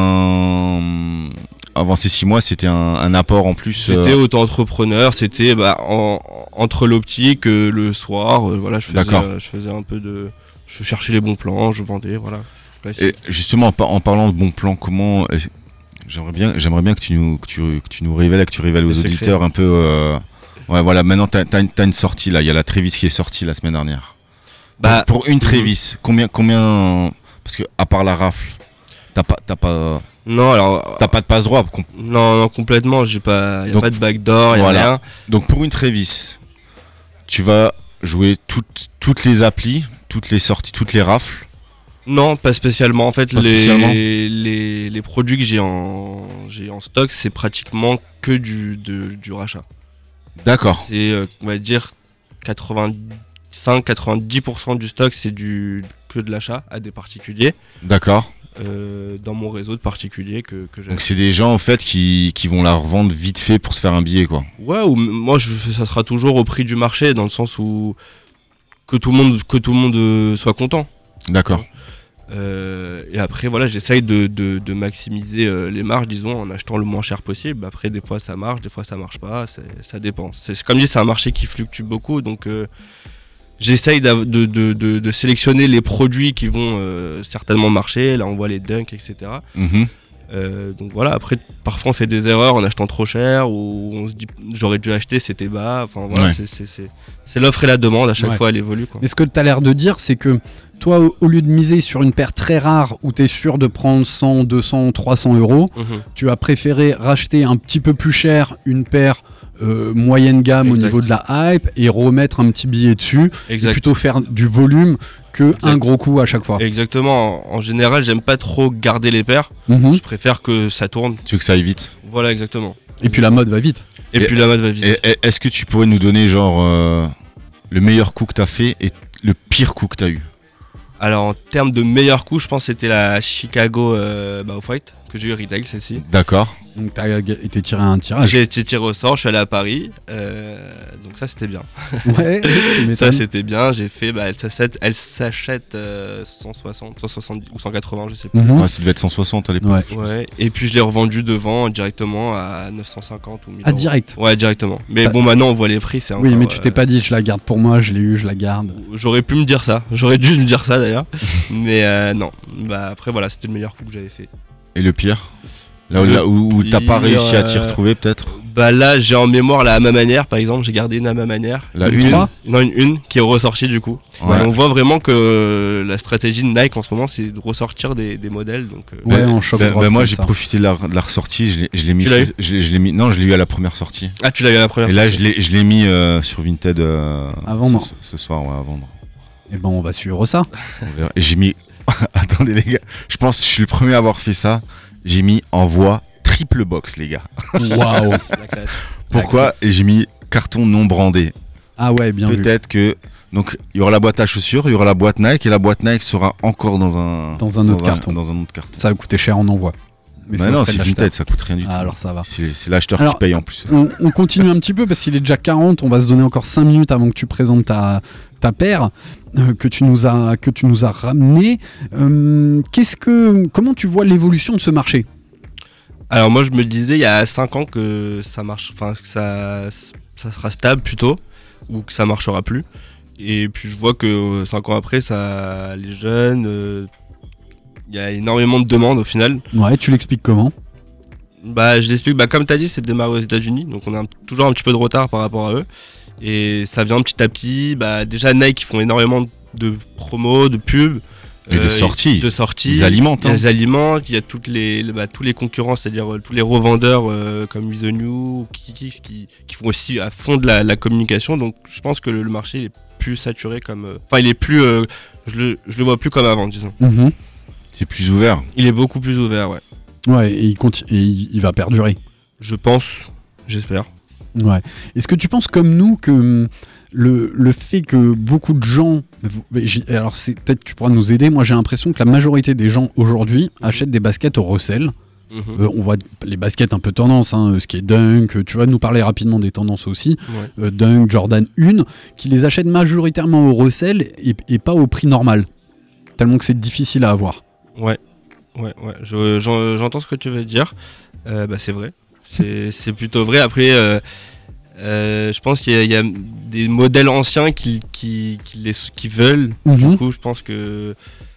ces 6 mois, c'était un apport en plus. J'étais auto-entrepreneur, c'était entre l'optique, le soir, voilà, je faisais un peu de... Je cherchais les bons plans, je vendais, voilà. Et justement, en parlant de bons plans, comment... J'aimerais bien que tu nous révèles, que tu révèles aux secrets. auditeurs un peu... Ouais, voilà, maintenant t'as une sortie là, il y a la Trévis qui est sortie la semaine dernière. Bah, pour une Trévis, combien... Parce que à part la rafle, t'as pas... Non, alors... T'as pas de passe droit. Non, complètement, y a pas de backdoor, y a voilà. rien. Donc pour une Trévis, tu vas jouer toutes les applis, toutes les sorties, toutes les rafles. Non, pas spécialement. En fait, Pas spécialement. les produits que j'ai en stock, c'est pratiquement que du rachat. D'accord. Et on va dire 85-90% du stock, c'est que de l'achat à des particuliers. D'accord. Dans mon réseau de particuliers que j'ai. Donc c'est des gens en fait qui vont la revendre vite fait pour se faire un billet quoi. Ouais, ou moi ça sera toujours au prix du marché, dans le sens où que tout le monde soit content. D'accord. Et après voilà, j'essaye de maximiser les marges, disons, en achetant le moins cher possible. Après des fois ça marche, des fois ça marche pas, ça dépend. C'est comme je dis, c'est un marché qui fluctue beaucoup, donc j'essaye de sélectionner les produits qui vont certainement marcher. Là on voit les dunks, etc. Mhm. Donc voilà, après parfois on fait des erreurs en achetant trop cher, ou on se dit j'aurais dû acheter, c'était bas. Enfin voilà, Ouais. c'est l'offre et la demande, à chaque Ouais. fois elle évolue quoi. Mais ce que tu as l'air de dire, c'est que toi, au lieu de miser sur une paire très rare où tu es sûr de prendre 100, 200, 300 euros, Mhm. tu as préféré racheter un petit peu plus cher une paire moyenne gamme Exact. au niveau de la hype et remettre un petit billet dessus, et Exact. plutôt faire du volume que un gros coup à chaque fois. Exactement, en général j'aime pas trop garder les paires, Mhm. je préfère que ça tourne. Tu veux que ça aille vite. Voilà, exactement. Et puis la mode va vite. Et puis la mode va vite. Est-ce que tu pourrais nous donner genre le meilleur coup que t'as fait et le pire coup que t'as eu? Alors en termes de meilleur coup, je pense que c'était la Chicago Off-White que j'ai eu retail, celle-ci. D'accord. Donc t'as été tiré un tirage. J'ai été tiré au sort, je suis allé à Paris, donc ça c'était bien. Ouais, tu m'étonnes. Ça c'était bien, j'ai fait, elle s'achète 160, 170 ou 180, je sais plus. Mhm. Ouais, ça devait être 160 à l'époque. Ouais. Ouais, et puis je l'ai revendu devant directement à 950 ou 1000 Ah, euros. direct. Ouais, directement. Mais Bah- bon, maintenant on voit les prix, c'est Oui, encore, mais tu t'es pas dit je la garde pour moi, je l'ai eu, je la garde. J'aurais pu me dire ça, j'aurais dû me dire ça d'ailleurs. Mais non, bah après voilà, c'était le meilleur coup que j'avais fait. Et le pire? Là où t'as pas pire, réussi à t'y retrouver peut-être? Bah là j'ai en mémoire la à ma manière par exemple, j'ai gardé une à ma manière. La Une une? trois Non, une qui est ressortie du coup. Ouais. Et on voit vraiment que la stratégie de Nike en ce moment c'est de ressortir des modèles. Donc, Ouais, en choc drop moi comme j'ai ça. profité de la ressortie, je l'ai mis, Tu l'as eu je l'ai mis, non je l'ai eu à la première sortie. Ah, tu l'as eu à la première Et là sortie. je l'ai mis sur Vinted À vendre. ce soir, ouais, à vendre. Et ben on va suivre ça. On verra. Et j'ai mis, attendez les gars, je pense que je suis le premier à avoir fait ça, j'ai mis envoi triple box les gars. Waouh. La classe. Pourquoi? Et j'ai mis carton non brandé. Ah ouais, bien vu. Peut-être que donc il y aura la boîte à chaussures, il y aura la boîte Nike et la boîte Nike sera encore dans un autre carton. Dans un autre carton. Ça a coûté cher en envoi. Mais Bah c'est non, au frais de c'est l'acheteur. Vinted, ça coûte rien du tout. Ah, alors ça va. C'est l'acheteur Alors, qui paye en plus. On continue un petit peu parce qu'il est déjà 40, on va se donner encore 5 minutes avant que tu présentes ta paire que tu nous as ramené. Comment tu vois l'évolution de ce marché? Alors moi je me disais il y a 5 ans que ça marche, enfin que ça sera stable plutôt, ou que ça marchera plus. Et puis je vois que 5 ans après, les jeunes, il y a énormément de demandes au final. Ouais, tu l'expliques comment? Bah je l'explique, comme tu as dit, c'est démarré aux États-Unis, donc on a toujours un petit peu de retard par rapport à eux. Et ça vient petit à petit. Déjà Nike ils font énormément de promos, de pubs. Et de sorties. Ils alimentent. Ils alimentent. Il y a tous les concurrents, c'est-à-dire tous les revendeurs comme With The New, Kikix qui font aussi à fond de la communication. Donc je pense que le marché il est plus saturé il est plus. Je le vois plus comme avant, disons. Mhm. C'est plus ouvert. Il est beaucoup plus ouvert, ouais. Ouais, et il va perdurer. Je pense, j'espère. Ouais. Est-ce que tu penses comme nous que le fait que beaucoup de gens, alors c'est peut-être tu pourras nous aider, moi j'ai l'impression que la majorité des gens aujourd'hui achètent des baskets au resell. On voit les baskets un peu tendance, ce qui est Dunk, tu vas nous parler rapidement des tendances aussi, Ouais. Dunk, Jordan 1, qui les achètent majoritairement au resell et pas au prix normal, tellement que c'est difficile à avoir. Ouais. J'entends ce que tu veux dire. C'est vrai. C'est plutôt vrai. Après, je pense qu'il y a des modèles anciens qui veulent. Mhm. Du coup, je pense que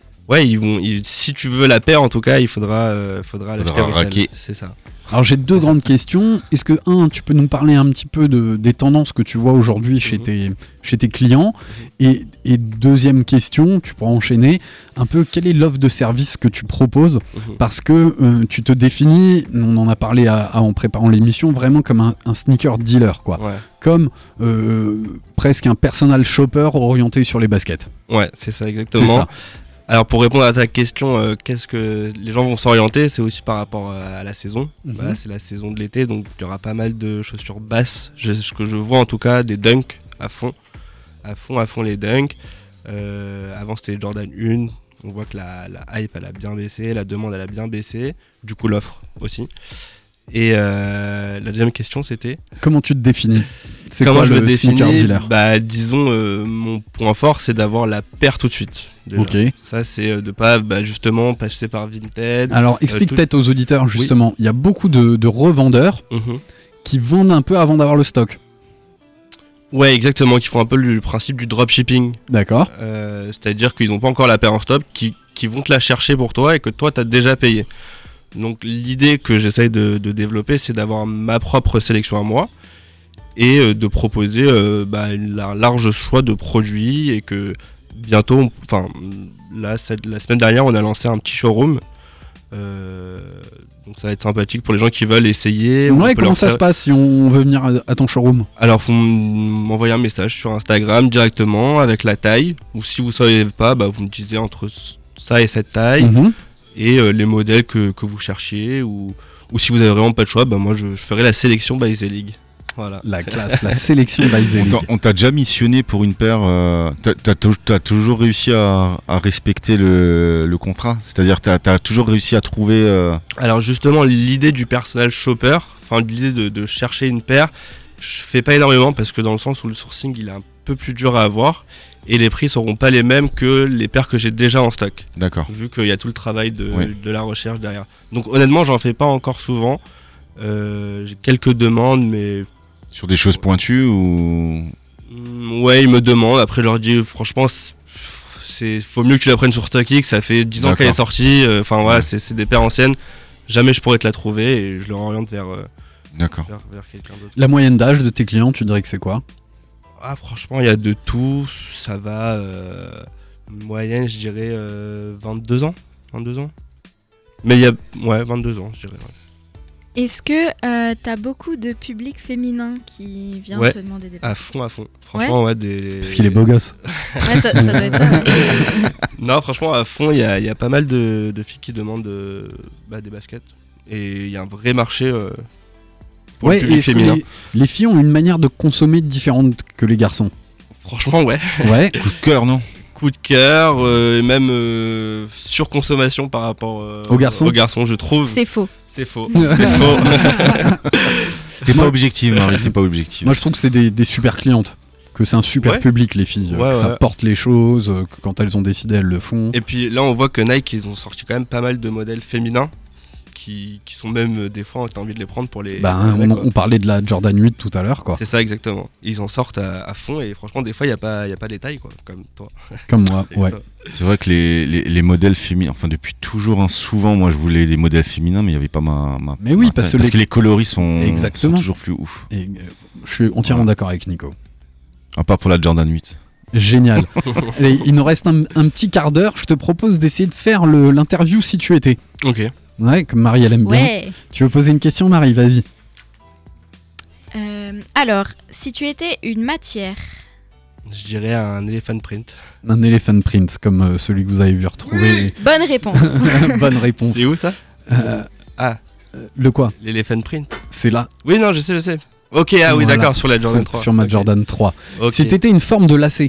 si tu veux la paire, en tout cas, il faudra l'acheter en raquer. C'est ça. Alors j'ai deux grandes questions. Est-ce que, tu peux nous parler un petit peu des tendances que tu vois aujourd'hui chez tes clients et deuxième question, tu pourras enchaîner, un peu quelle est l'offre de service que tu proposes parce que tu te définis, on en a parlé en préparant l'émission, vraiment comme un sneaker dealer, quoi. Ouais. Comme presque un personal shopper orienté sur les baskets. Ouais, c'est ça exactement. C'est ça. Alors pour répondre à ta question, qu'est-ce que les gens vont s'orienter, c'est aussi par rapport à la saison. Voilà, c'est la saison de l'été, donc il y aura pas mal de chaussures basses. Ce que je vois en tout cas, des Dunk à fond les Dunk. Avant c'était Jordan 1, on voit que la hype elle a bien baissé, la demande elle a bien baissé, du coup l'offre aussi. Et la deuxième question c'était comment tu te définis? C'est comment quoi je le me définis? sneaker dealer? Disons mon point fort c'est d'avoir la paire tout de suite. Déjà. Ok. Ça c'est de pas justement passer par Vinted. Alors explique peut-être aux auditeurs justement, il y a beaucoup de revendeurs qui vendent un peu avant d'avoir le stock. Ouais, exactement, qui font un peu le principe du dropshipping. D'accord. C'est-à-dire qu'ils n'ont pas encore la paire en stock, qui vont te la chercher pour toi et que toi t'as déjà payé. Donc l'idée que j'essaye de développer, c'est d'avoir ma propre sélection à moi et de proposer un large choix de produits et que bientôt, la semaine dernière, on a lancé un petit showroom. Donc ça va être sympathique pour les gens qui veulent essayer. Ouais, comment ça se passe si on veut venir à ton showroom? Alors faut m'envoyer un message sur Instagram directement avec la taille, ou si vous savez pas, vous me disiez entre ça et cette taille. Et les modèles que vous cherchiez ou si vous avez vraiment pas de choix, moi je ferai la sélection by The League. Voilà. La classe, la sélection by Elite. On t'a déjà missionné pour une paire. T'as toujours réussi à respecter le contrat. C'est-à-dire t'as toujours réussi à trouver. Alors justement, l'idée du personnel shopper, enfin l'idée de chercher une paire, je fais pas énormément parce que dans le sens où le sourcing il est un peu plus dur à avoir et les prix seront pas les mêmes que les paires que j'ai déjà en stock. D'accord. Vu qu'il y a tout le travail de la recherche derrière. Donc honnêtement, j'en fais pas encore souvent. J'ai quelques demandes, mais Sur des choses pointues ou. ouais, ils me demandent. Après, je leur dis franchement, faut mieux que tu la prennes sur StockX. Ça fait 10 ans qu'elle est sortie. Enfin voilà, Ouais. c'est des paires anciennes. Jamais je pourrais te la trouver et je leur oriente vers quelqu'un d'autre. La moyenne d'âge de tes clients, tu dirais que c'est quoi? Ah, franchement, il y a de tout. Ça va. Moyenne, je dirais 22 ans. 22 ans. Mais il y a. Ouais, 22 ans, je dirais. Ouais. Est-ce que t'as beaucoup de public féminin qui vient Ouais, te demander des à fond. Franchement, ouais, des. Parce qu'il est beau gosse. Ouais, ça doit être ça. Non, franchement, à fond, il y a pas mal de filles qui demandent des baskets. Et il y a un vrai marché pour Ouais, le public est-ce que féminin. les filles ont une manière de consommer différente que les garçons? Franchement, ouais. Ouais. Coup de cœur, non? Coup de cœur, et même surconsommation par rapport Aux garçons, je trouve. C'est faux. C'est faux. C'est faux. T'es pas objective, Marie, t'es pas objective. Moi, je trouve que c'est des super clientes. Que c'est un super Ouais. public, les filles. Ouais, que ça ouais. porte les choses, que quand elles ont décidé, elles le font. Et puis là, on voit que Nike, ils ont sorti quand même pas mal de modèles féminins qui sont même des fois, t'as envie de les prendre pour les. Ben, les mecs, quoi. on parlait de la Jordan 8 tout à l'heure, quoi. C'est ça, exactement. Ils en sortent à fond et franchement, des fois, il n'y a pas les tailles, quoi, comme toi. Comme moi, Et ouais. toi. C'est vrai que les modèles féminins, enfin depuis toujours, souvent moi je voulais des modèles féminins, mais il n'y avait pas ma Mais oui, ma parce taille. que les- les coloris sont Exactement. toujours plus ouf. Et je suis entièrement d'accord avec Nico. À part pour la Jordan 8. Génial. Allez, il nous reste un petit quart d'heure. Je te propose d'essayer de faire l'interview si tu étais. Ok. Ouais, comme Marie, elle aime bien. Ouais. Tu veux poser une question, Marie? Vas-y. Alors, si tu étais une matière, Je dirais un elephant print. Un elephant print, comme celui que vous avez vu retrouver. bonne réponse. Bonne réponse. C'est où ça? Le quoi? L'elephant print. C'est là. Oui, non, je sais. Ok, ah oui, Voilà. d'accord, sur la Jordan C'est 3. Sur ma Ok. Jordan 3. Ok. Si t'étais une forme de lacet,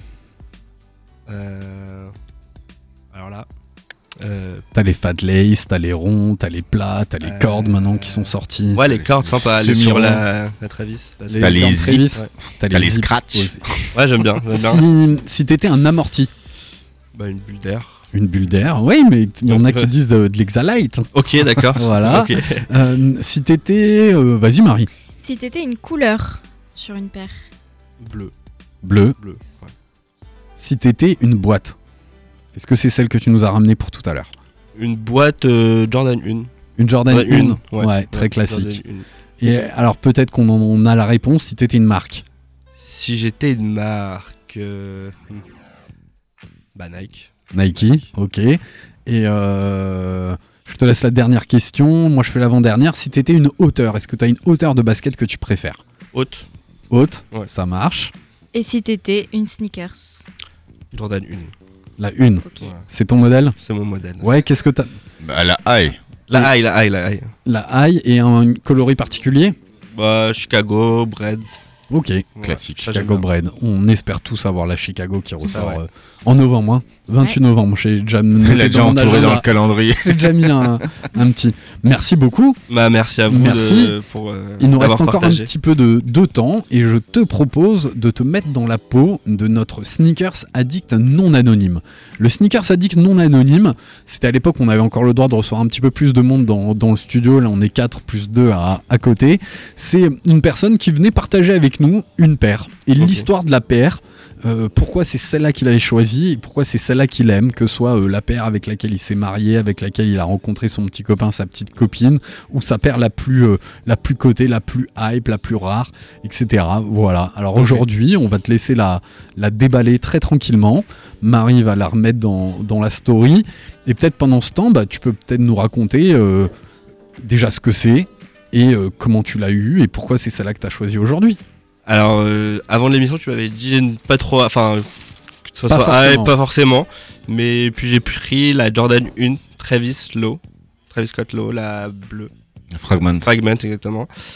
Alors là. t'as les fat lace, t'as les ronds, t'as les plats, t'as les cordes maintenant qui sont sorties. Ouais, les cordes sympas, les Semi-rond. sur la Travis. Les T'as les cordes zips, Travis, ouais. t'as t'as les zips scratchs. aussi. Ouais, j'aime bien. J'aime bien. Si t'étais un amorti, Bah, une bulle d'air. une bulle d'air, oui, mais il y en a qui disent de l'exalite. Ok, d'accord. Voilà. Ok. Si t'étais. Vas-y, Marie. Si t'étais une couleur sur une paire. Bleu. Bleu. Bleu. Ouais. Si t'étais une boîte, est-ce que c'est celle que tu nous as ramenée pour tout à l'heure? Une boîte Jordan 1. Une Jordan Ouais, 1. Ouais, Ouais, très ouais, classique. Jordan 1. Et alors peut-être qu'on en a la réponse si t'étais une marque. Si j'étais une marque. Bah, Nike. Nike, ok. Et je te laisse la dernière question. Moi, je fais l'avant-dernière. Si t'étais une hauteur, est-ce que t'as une hauteur de basket que tu préfères? Haute. Haute, Ouais. ça marche. Et si t'étais une sneakers. Jordan 1. La une, Ok. Ouais. c'est ton modèle? C'est mon modèle. Ouais, qu'est-ce que t'as? Bah, la high. La high. La high et un coloris particulier? Bah, Chicago, Bread. Ok. Ouais, Classique. ça, j'aime Chicago bien. Bread. On espère tous avoir la Chicago qui ressort ouais. en novembre. Hein. 28 novembre. J'ai déjà Il noté a déjà dans mon entouré agenda. dans le calendrier. J'ai déjà mis un petit. Merci beaucoup. Bah, merci à vous Merci. pour Il nous d'avoir reste encore partagé. un petit peu de temps et je te propose de te mettre dans la peau de notre sneakers addict non anonyme. Le sneakers addict non anonyme, c'était à l'époque où on avait encore le droit de recevoir un petit peu plus de monde dans le studio. Là, on est 4 plus 2 à côté. C'est une personne qui venait partager avec nous une paire. Et l'histoire de la paire, pourquoi c'est celle-là qu'il avait choisie et pourquoi c'est celle-là qu'il aime, que ce soit la paire avec laquelle il s'est marié, avec laquelle il a rencontré son petit copain, sa petite copine, ou sa paire la plus cotée, la plus hype, la plus rare, etc. Voilà. Alors aujourd'hui, on va te laisser la déballer très tranquillement. Marie va la remettre dans la story. Et peut-être pendant ce temps, bah, tu peux peut-être nous raconter déjà ce que c'est et comment tu l'as eu et pourquoi c'est celle-là que tu as choisie aujourd'hui. Alors, avant l'émission, tu m'avais dit pas trop. Enfin, que ce Pas soit forcément. pas forcément. Mais puis j'ai pris la Jordan 1 Travis Scott Low, la bleue. Fragment. Fragment, exactement.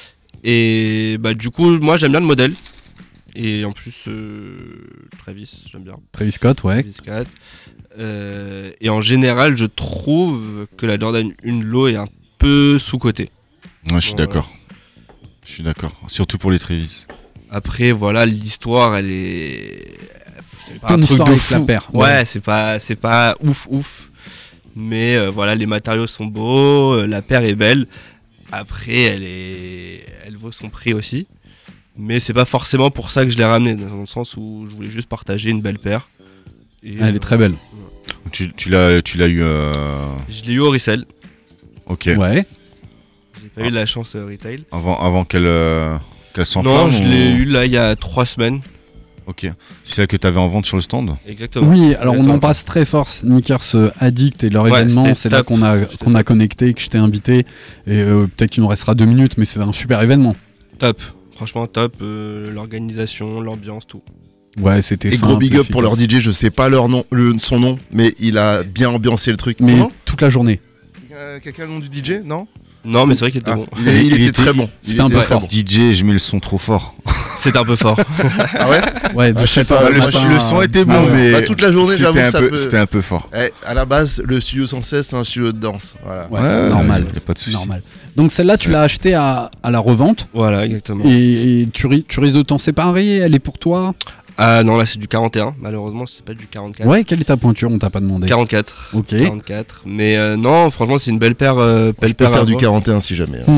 Et bah du coup, moi j'aime bien le modèle. Et en plus, Travis, j'aime bien. Travis Scott, ouais. Travis Scott. Et en général, je trouve que la Jordan 1 Low est un peu sous-cotée. Ouais, je suis d'accord. Je suis d'accord. Surtout pour les Travis. Après, voilà, l'histoire, elle est. C'est pas Ton un truc histoire de avec fou. la paire. Ouais, c'est pas ouf. Mais voilà, les matériaux sont beaux, la paire est belle. Après, elle vaut son prix aussi. Mais c'est pas forcément pour ça que je l'ai ramenée, dans le sens où je voulais juste partager une belle paire. Et, Elle est très belle. Tu l'as eu. Je l'ai eu au resell. Ok. Ouais. J'ai pas eu la chance retail. Avant qu'elle s'enflamme. Non, je l'ai eu là il y a 3 semaines. Ok. C'est ça que t'avais en vente sur le stand. Exactement. Oui, alors on Exactement. embrasse très fort Sneakers Addict et leur Ouais, événement. c'était C'est là top. qu'on a connecté, que je t'ai invité. Et peut-être qu'il nous restera 2 minutes, mais c'est un super événement. Top. Franchement, top. L'organisation, l'ambiance, tout. Ouais, c'était Et simple, gros big up pour leur efficace. DJ, je sais pas son nom, mais il a bien ambiancé le truc. Mais Comment toute la journée. Quelqu'un a le nom du DJ? Non? Non, mais c'est vrai qu'il était Ah, bon. il était très bon. C'était un peu fort. DJ, je mets le son trop fort. C'est un peu fort. Ah ouais? Ouais, de Je sais 7 pas, heures le son était à bon, 19 heures. mais toute la journée, j'avoue que ça peut. C'était un peu fort. À la base, le studio 116, c'est un studio de danse. Voilà. Ouais, normal. Y a pas de souci. Normal. Donc celle-là, tu l'as achetée à la revente. Voilà, exactement. Et tu risques de t'en séparer. Elle est pour toi. Ah non, là c'est du 41. Malheureusement, c'est pas du 44. Ouais, quelle est ta pointure? On t'a pas demandé. 44. Ok. 44. Mais non, franchement, c'est une belle paire. Je Belle peux paire à faire du avoir. 41 si jamais. hein.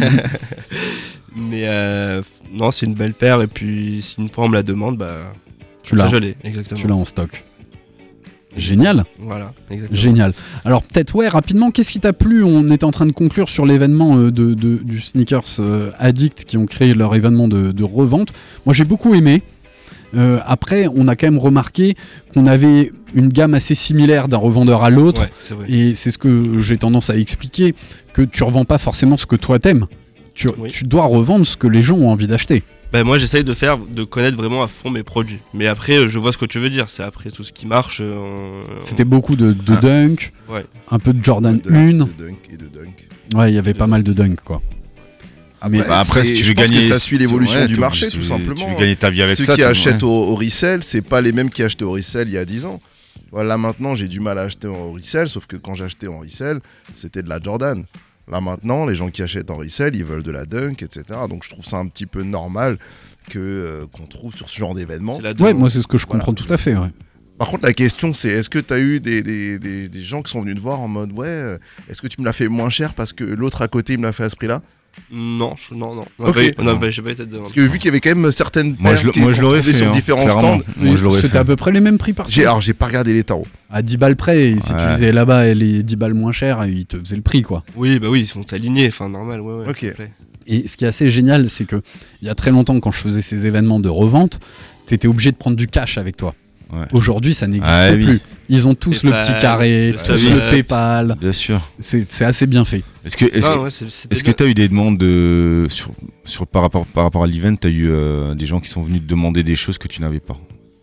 Mais non, c'est une belle paire. Et puis, si une fois on me la demande, bah. Tu l'as. Je l'ai, exactement. Tu l'as en stock. Génial. Voilà, exactement. Génial. Alors peut-être, ouais, rapidement, qu'est-ce qui t'a plu? On était en train de conclure sur l'événement du Sneakers Addict qui ont créé leur événement de revente. Moi, j'ai beaucoup aimé. Après, on a quand même remarqué qu'on avait une gamme assez similaire d'un revendeur à l'autre. Ouais, c'est vrai. Et c'est ce que j'ai tendance à expliquer, que tu revends pas forcément ce que toi t'aimes. Tu dois revendre ce que les gens ont envie d'acheter. Bah, moi, j'essaye de connaître vraiment à fond mes produits. Mais après, je vois ce que tu veux dire. C'est après tout ce qui marche. C'était beaucoup de dunk, Ouais. un peu de Jordan De 1. dunk et de dunk. Ouais, il y avait pas mal de dunk, quoi. Mais après, si tu veux je pense gagner, que ça suit l'évolution ouais, du tu- marché, tu- tout simplement. Tu veux gagner ta vie avec Ceux ça. qui tu- achètent ouais. au resell, c'est pas les mêmes qui achetaient au resell il y a 10 ans. Voilà, maintenant, j'ai du mal à acheter en resell, sauf que quand j'achetais en resell, c'était de la Jordan. Là, maintenant, les gens qui achètent en resell, ils veulent de la dunk, etc. Donc, je trouve ça un petit peu normal qu'on trouve sur ce genre d'événement. C'est la Ouais, demande. moi c'est ce que je comprends tout à fait. Ouais. Par contre, la question, c'est est-ce que tu as eu des gens qui sont venus te voir en mode ouais, est-ce que tu me l'as fait moins cher parce que l'autre à côté il me l'a fait à ce prix-là? Non. On a Ok. pas eu- non, bah, j'ai pas eu cette demande. Parce que vu qu'il y avait quand même certaines Moi, paires je qu'on l'aurais trouvait fait. sur hein, différents clairement. stands. Moi, je l'aurais C'était fait. à peu près les mêmes prix partout. Alors, j'ai pas regardé les tarots. À 10 balles près, et si tu Ouais. disais là-bas, elle est 10 balles moins chères, ils te faisaient le prix, quoi. Oui, bah oui, ils sont alignés. Enfin, normal, ouais. Ok. complet. Et ce qui est assez génial, c'est que il y a très longtemps, quand je faisais ces événements de revente, t'étais obligé de prendre du cash avec toi. Ouais. Aujourd'hui, ça n'existe Ah oui. plus. Ils ont tous le PayPal, petit carré, le tous Sub. le PayPal. Bien sûr. C'est assez bien fait. Est-ce que Non, ouais, c'était est-ce que bien. tu as eu des demandes par rapport à l'event, tu as eu des gens qui sont venus te demander des choses que tu n'avais pas?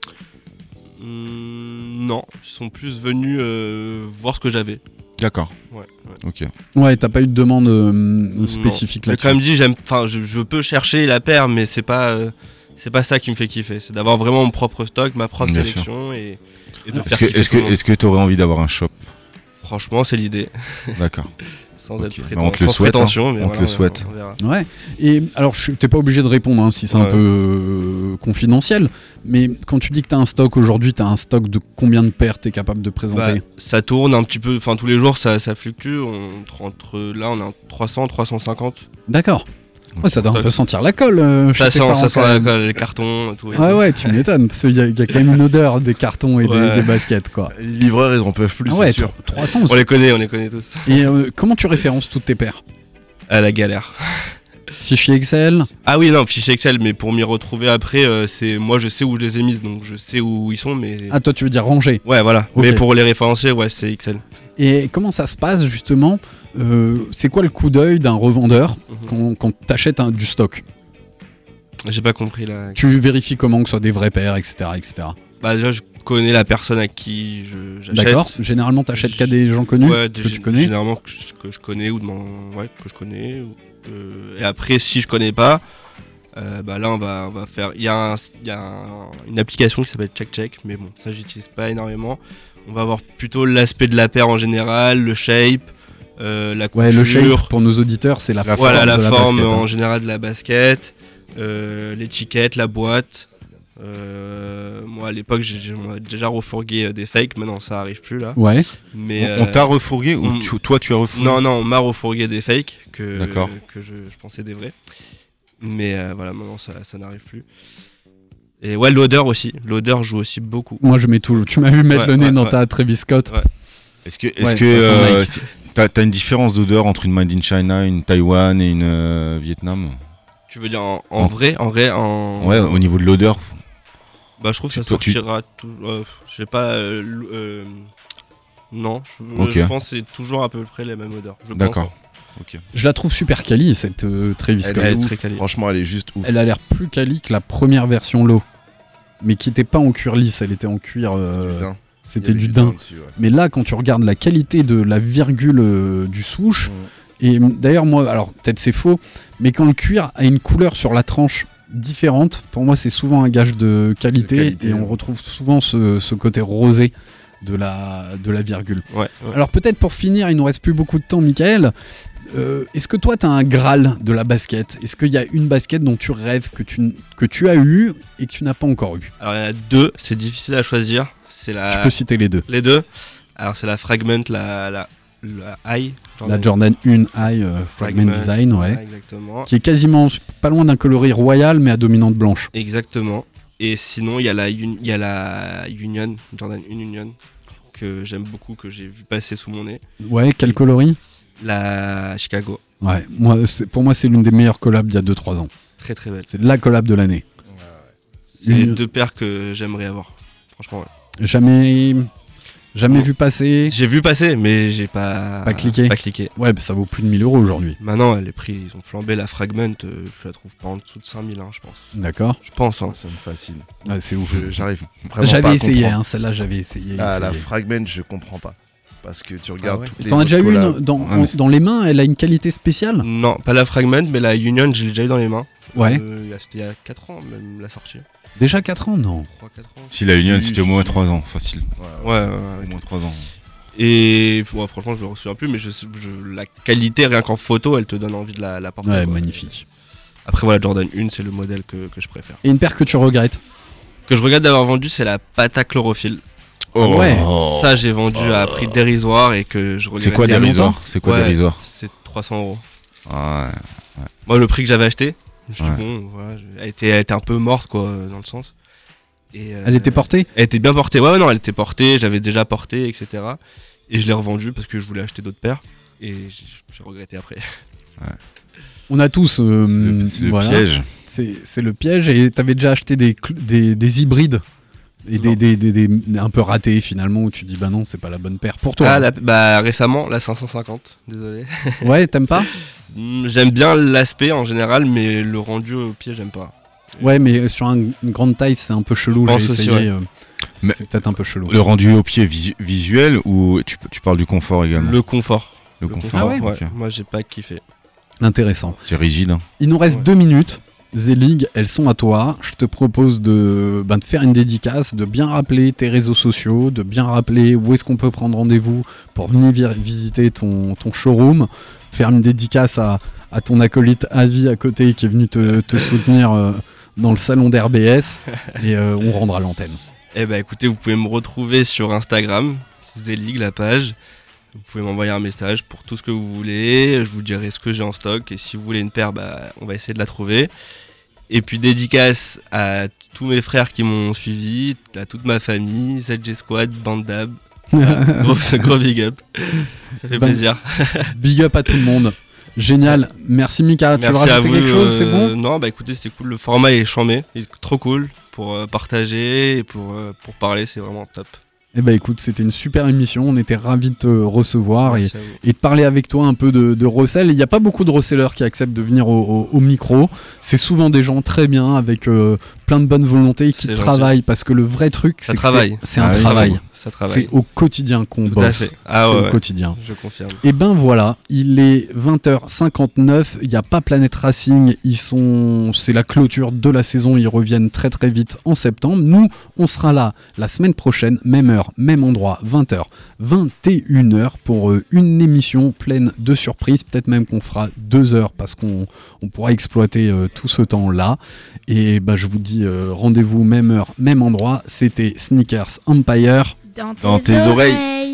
Non, ils sont plus venus voir ce que j'avais. D'accord. Ouais. Ok. Ouais, t'as pas eu de demande spécifique J'ai là-dessus. quand même dit, je peux chercher la paire, mais c'est pas ça qui me fait kiffer. C'est d'avoir vraiment mon propre stock, ma propre Bien sélection et de Est-ce faire que kiffer tout le monde. est-ce que tu aurais envie d'avoir un shop? Franchement, c'est l'idée. D'accord. Sans Ok. être Bah, on te le sans souhaite, prétention, hein. mais On te voilà, le souhaite. on verra. Ouais. Et alors, t'es pas obligé de répondre hein, si c'est un Ouais. peu confidentiel. Mais quand tu dis que t'as un stock aujourd'hui, t'as un stock de combien de paires t'es capable de présenter? Bah, ça tourne un petit peu, enfin tous les jours ça fluctue. Là, on a 300, 350. D'accord. Ouais, ça doit un peu sentir la colle. chez Ça tes sent, parents, quand même. les cartons, tout. et Ouais, tout. ouais, tu m'étonnes. Parce qu'il y a quand même une odeur des cartons et Ouais. des baskets, quoi. Les livreurs, ils en peuvent plus, Ah ouais, c'est sûr. 300 On aussi. les connaît tous. Et comment tu références toutes tes paires? À la galère. Fichier Excel? Ah oui, non, fichier Excel, mais pour m'y retrouver après, moi je sais où je les ai mises, donc je sais où ils sont, mais. Ah, toi, tu veux dire ranger. Ouais, voilà. Ok. Mais pour les référencier, ouais, c'est Excel. Et comment ça se passe, justement? C'est quoi le coup d'œil d'un revendeur quand t'achètes du stock? J'ai pas compris là. Tu vérifies comment que ce soit des vraies paires, etc., etc. Bah déjà je connais la personne à qui j'achète. D'accord. Généralement, t'achètes qu'à des gens connus Ouais, que tu connais. généralement que je connais ou que je connais. Et après, si je connais pas, bah là on va faire. Il y a une application qui s'appelle Check, mais bon, ça j'utilise pas énormément. On va voir plutôt l'aspect de la paire en général, le shape, la couture. Ouais, le shape pour nos auditeurs, c'est la forme. Voilà, la forme basket, en général de la basket, l'étiquette, la boîte. Moi à l'époque j'ai déjà refourgué des fakes, maintenant ça arrive plus là. Ouais. Mais On t'a refourgué ou toi tu as refourgué? Non, on m'a refourgué des fakes que je pensais des vrais. Mais voilà, maintenant ça n'arrive plus. Et ouais, l'odeur aussi. L'odeur joue aussi beaucoup. Moi je mets tout. Tu m'as vu mettre le nez dans ta Travis Scott. Ouais. Est-ce que t'as une différence d'odeur entre une Made in China, une Taïwan et une Vietnam? Tu veux dire en vrai Ouais, au niveau de l'odeur. Bah je trouve que ça sortira tout. Je sais pas. Non, je pense que c'est toujours à peu près les mêmes odeurs. D'accord. Okay. Je la trouve super quali cette Travis Scott. Elle est très quali. Franchement, elle est juste ouf. Elle a l'air plus quali que la première version low, mais qui était pas en cuir lisse, elle était en cuir. C'était du daim. Dessus, ouais. Mais là, quand tu regardes la qualité de la virgule du swoosh, et d'ailleurs moi, alors peut-être c'est faux, mais quand le cuir a une couleur sur la tranche différente, pour moi c'est souvent un gage de qualité et on retrouve souvent ce côté rosé de la virgule. Ouais. Alors peut-être pour finir, il nous reste plus beaucoup de temps, Michael. Est-ce que toi, tu as un Graal de la basket? Est-ce qu'il y a une basket dont tu rêves, que tu as eu et que tu n'as pas encore eu? Alors, il y en a deux, c'est difficile à choisir. Tu peux citer les deux. Les deux. Alors, c'est la Fragment, la High. La Jordan 1 High Fragment Design, ouais. Exactement. Qui est quasiment pas loin d'un coloris royal, mais à dominante blanche. Exactement. Et sinon, il y a la Union, Jordan 1 Union, que j'aime beaucoup, que j'ai vu passer sous mon nez. Ouais, quel coloris? La Chicago. Ouais, pour moi c'est l'une des meilleures collabs d'il y a 2-3 ans. Très très belle. C'est la collab de l'année. C'est les deux paires que j'aimerais avoir. Franchement, ouais. Jamais vu passer. J'ai vu passer, mais j'ai pas cliqué. Pas cliqué. Ouais, bah ça vaut plus de 1000 € aujourd'hui. Maintenant, les prix, ils ont flambé. La Fragment, je la trouve pas en dessous de 5000, je pense. D'accord. Je pense. Hein. Ça me fascine. Ouais, c'est ouf. J'arrive vraiment pas J'avais essayé, celle-là, j'avais essayé. La Fragment, je comprends pas. Parce que tu regardes toutes les T'en as déjà eu collabs. dans les mains? Elle a une qualité spéciale? Non, pas la Fragment, mais la Union, je l'ai déjà eu dans les mains. Ouais. C'était il y a 4 ans, même la sortie. Déjà 4 ans, non? 3-4 ans. Si la Union, c'était au moins 3 ans, facile. Ouais. Au moins 3 ans. Et franchement, je le souviens plus, mais la qualité, rien qu'en photo, elle te donne envie de la porter. Ouais, magnifique. Après, voilà, Jordan 1, c'est le modèle que je préfère. Et une paire que tu regrettes? Que je regrette d'avoir vendu, c'est la Pata Chlorophylle. Oh ouais. Ça, j'ai vendu à prix dérisoire et que je regrette. C'est quoi dérisoire? C'est quoi dérisoire? C'est 300 €. Ouais. Moi, le prix que j'avais acheté, je dis bon, voilà, elle était un peu morte, quoi, dans le sens. Et, elle était portée? Elle était bien portée. Ouais, non, elle était portée, j'avais déjà porté, etc. Et je l'ai revendue parce que je voulais acheter d'autres paires. Et j'ai regretté après. Ouais. On a tous. C'est le piège. C'est le piège. Et t'avais déjà acheté des hybrides et des un peu ratés finalement où tu dis bah non, c'est pas la bonne paire pour toi. Récemment, la 550, désolé. Ouais, t'aimes pas? J'aime bien l'aspect en général, mais le rendu au pied, j'aime pas. Ouais, mais sur une grande taille, c'est un peu chelou. J'ai essayé. Mais c'est peut-être un peu chelou. Le rendu au pied visuel ou tu parles du confort également? Le confort. Le confort. Ah ouais, okay. Moi, j'ai pas kiffé. Intéressant. C'est rigide. Hein. Il nous reste 2 minutes. Zelig, elles sont à toi. Je te propose de faire une dédicace, de bien rappeler tes réseaux sociaux, de bien rappeler où est-ce qu'on peut prendre rendez-vous pour venir visiter ton showroom, faire une dédicace à ton acolyte Avi à côté qui est venu te soutenir dans le salon d'RBS et on rendra l'antenne. Eh ben écoutez, vous pouvez me retrouver sur Instagram, Zelig la page. Vous pouvez m'envoyer un message pour tout ce que vous voulez, je vous dirai ce que j'ai en stock et si vous voulez une paire, on va essayer de la trouver. Et puis dédicace à tous mes frères qui m'ont suivi, à toute ma famille, ZG Squad, Bandab, gros big up, ça fait plaisir. Big up à tout le monde. Génial, merci Mika. Tu veux rajouter quelque chose, c'est bon? Non, écoutez, c'est cool, le format est chambé, il est trop cool pour partager et pour parler, c'est vraiment top. Eh ben écoute, c'était une super émission, on était ravis de te recevoir et de parler avec toi un peu de recel. Il n'y a pas beaucoup de resellers qui acceptent de venir au micro. C'est souvent des gens très bien, avec plein de bonne volonté et qui travaillent, parce que le vrai truc, c'est que c'est un travail. Ça travaille. C'est au quotidien qu'on bosse. Ah c'est ouais, au quotidien. Je confirme. Et ben voilà, il est 20h59, il n'y a pas Planet Racing, c'est la clôture de la saison, ils reviennent très très vite en septembre. Nous, on sera là la semaine prochaine, même heure, même endroit, 20h, 21h, pour une émission pleine de surprises. Peut-être même qu'on fera 2 heures, parce qu'on pourra exploiter tout ce temps-là. Et ben, je vous dis rendez-vous même heure, même endroit. C'était Sneakers Empire. Dans tes oreilles.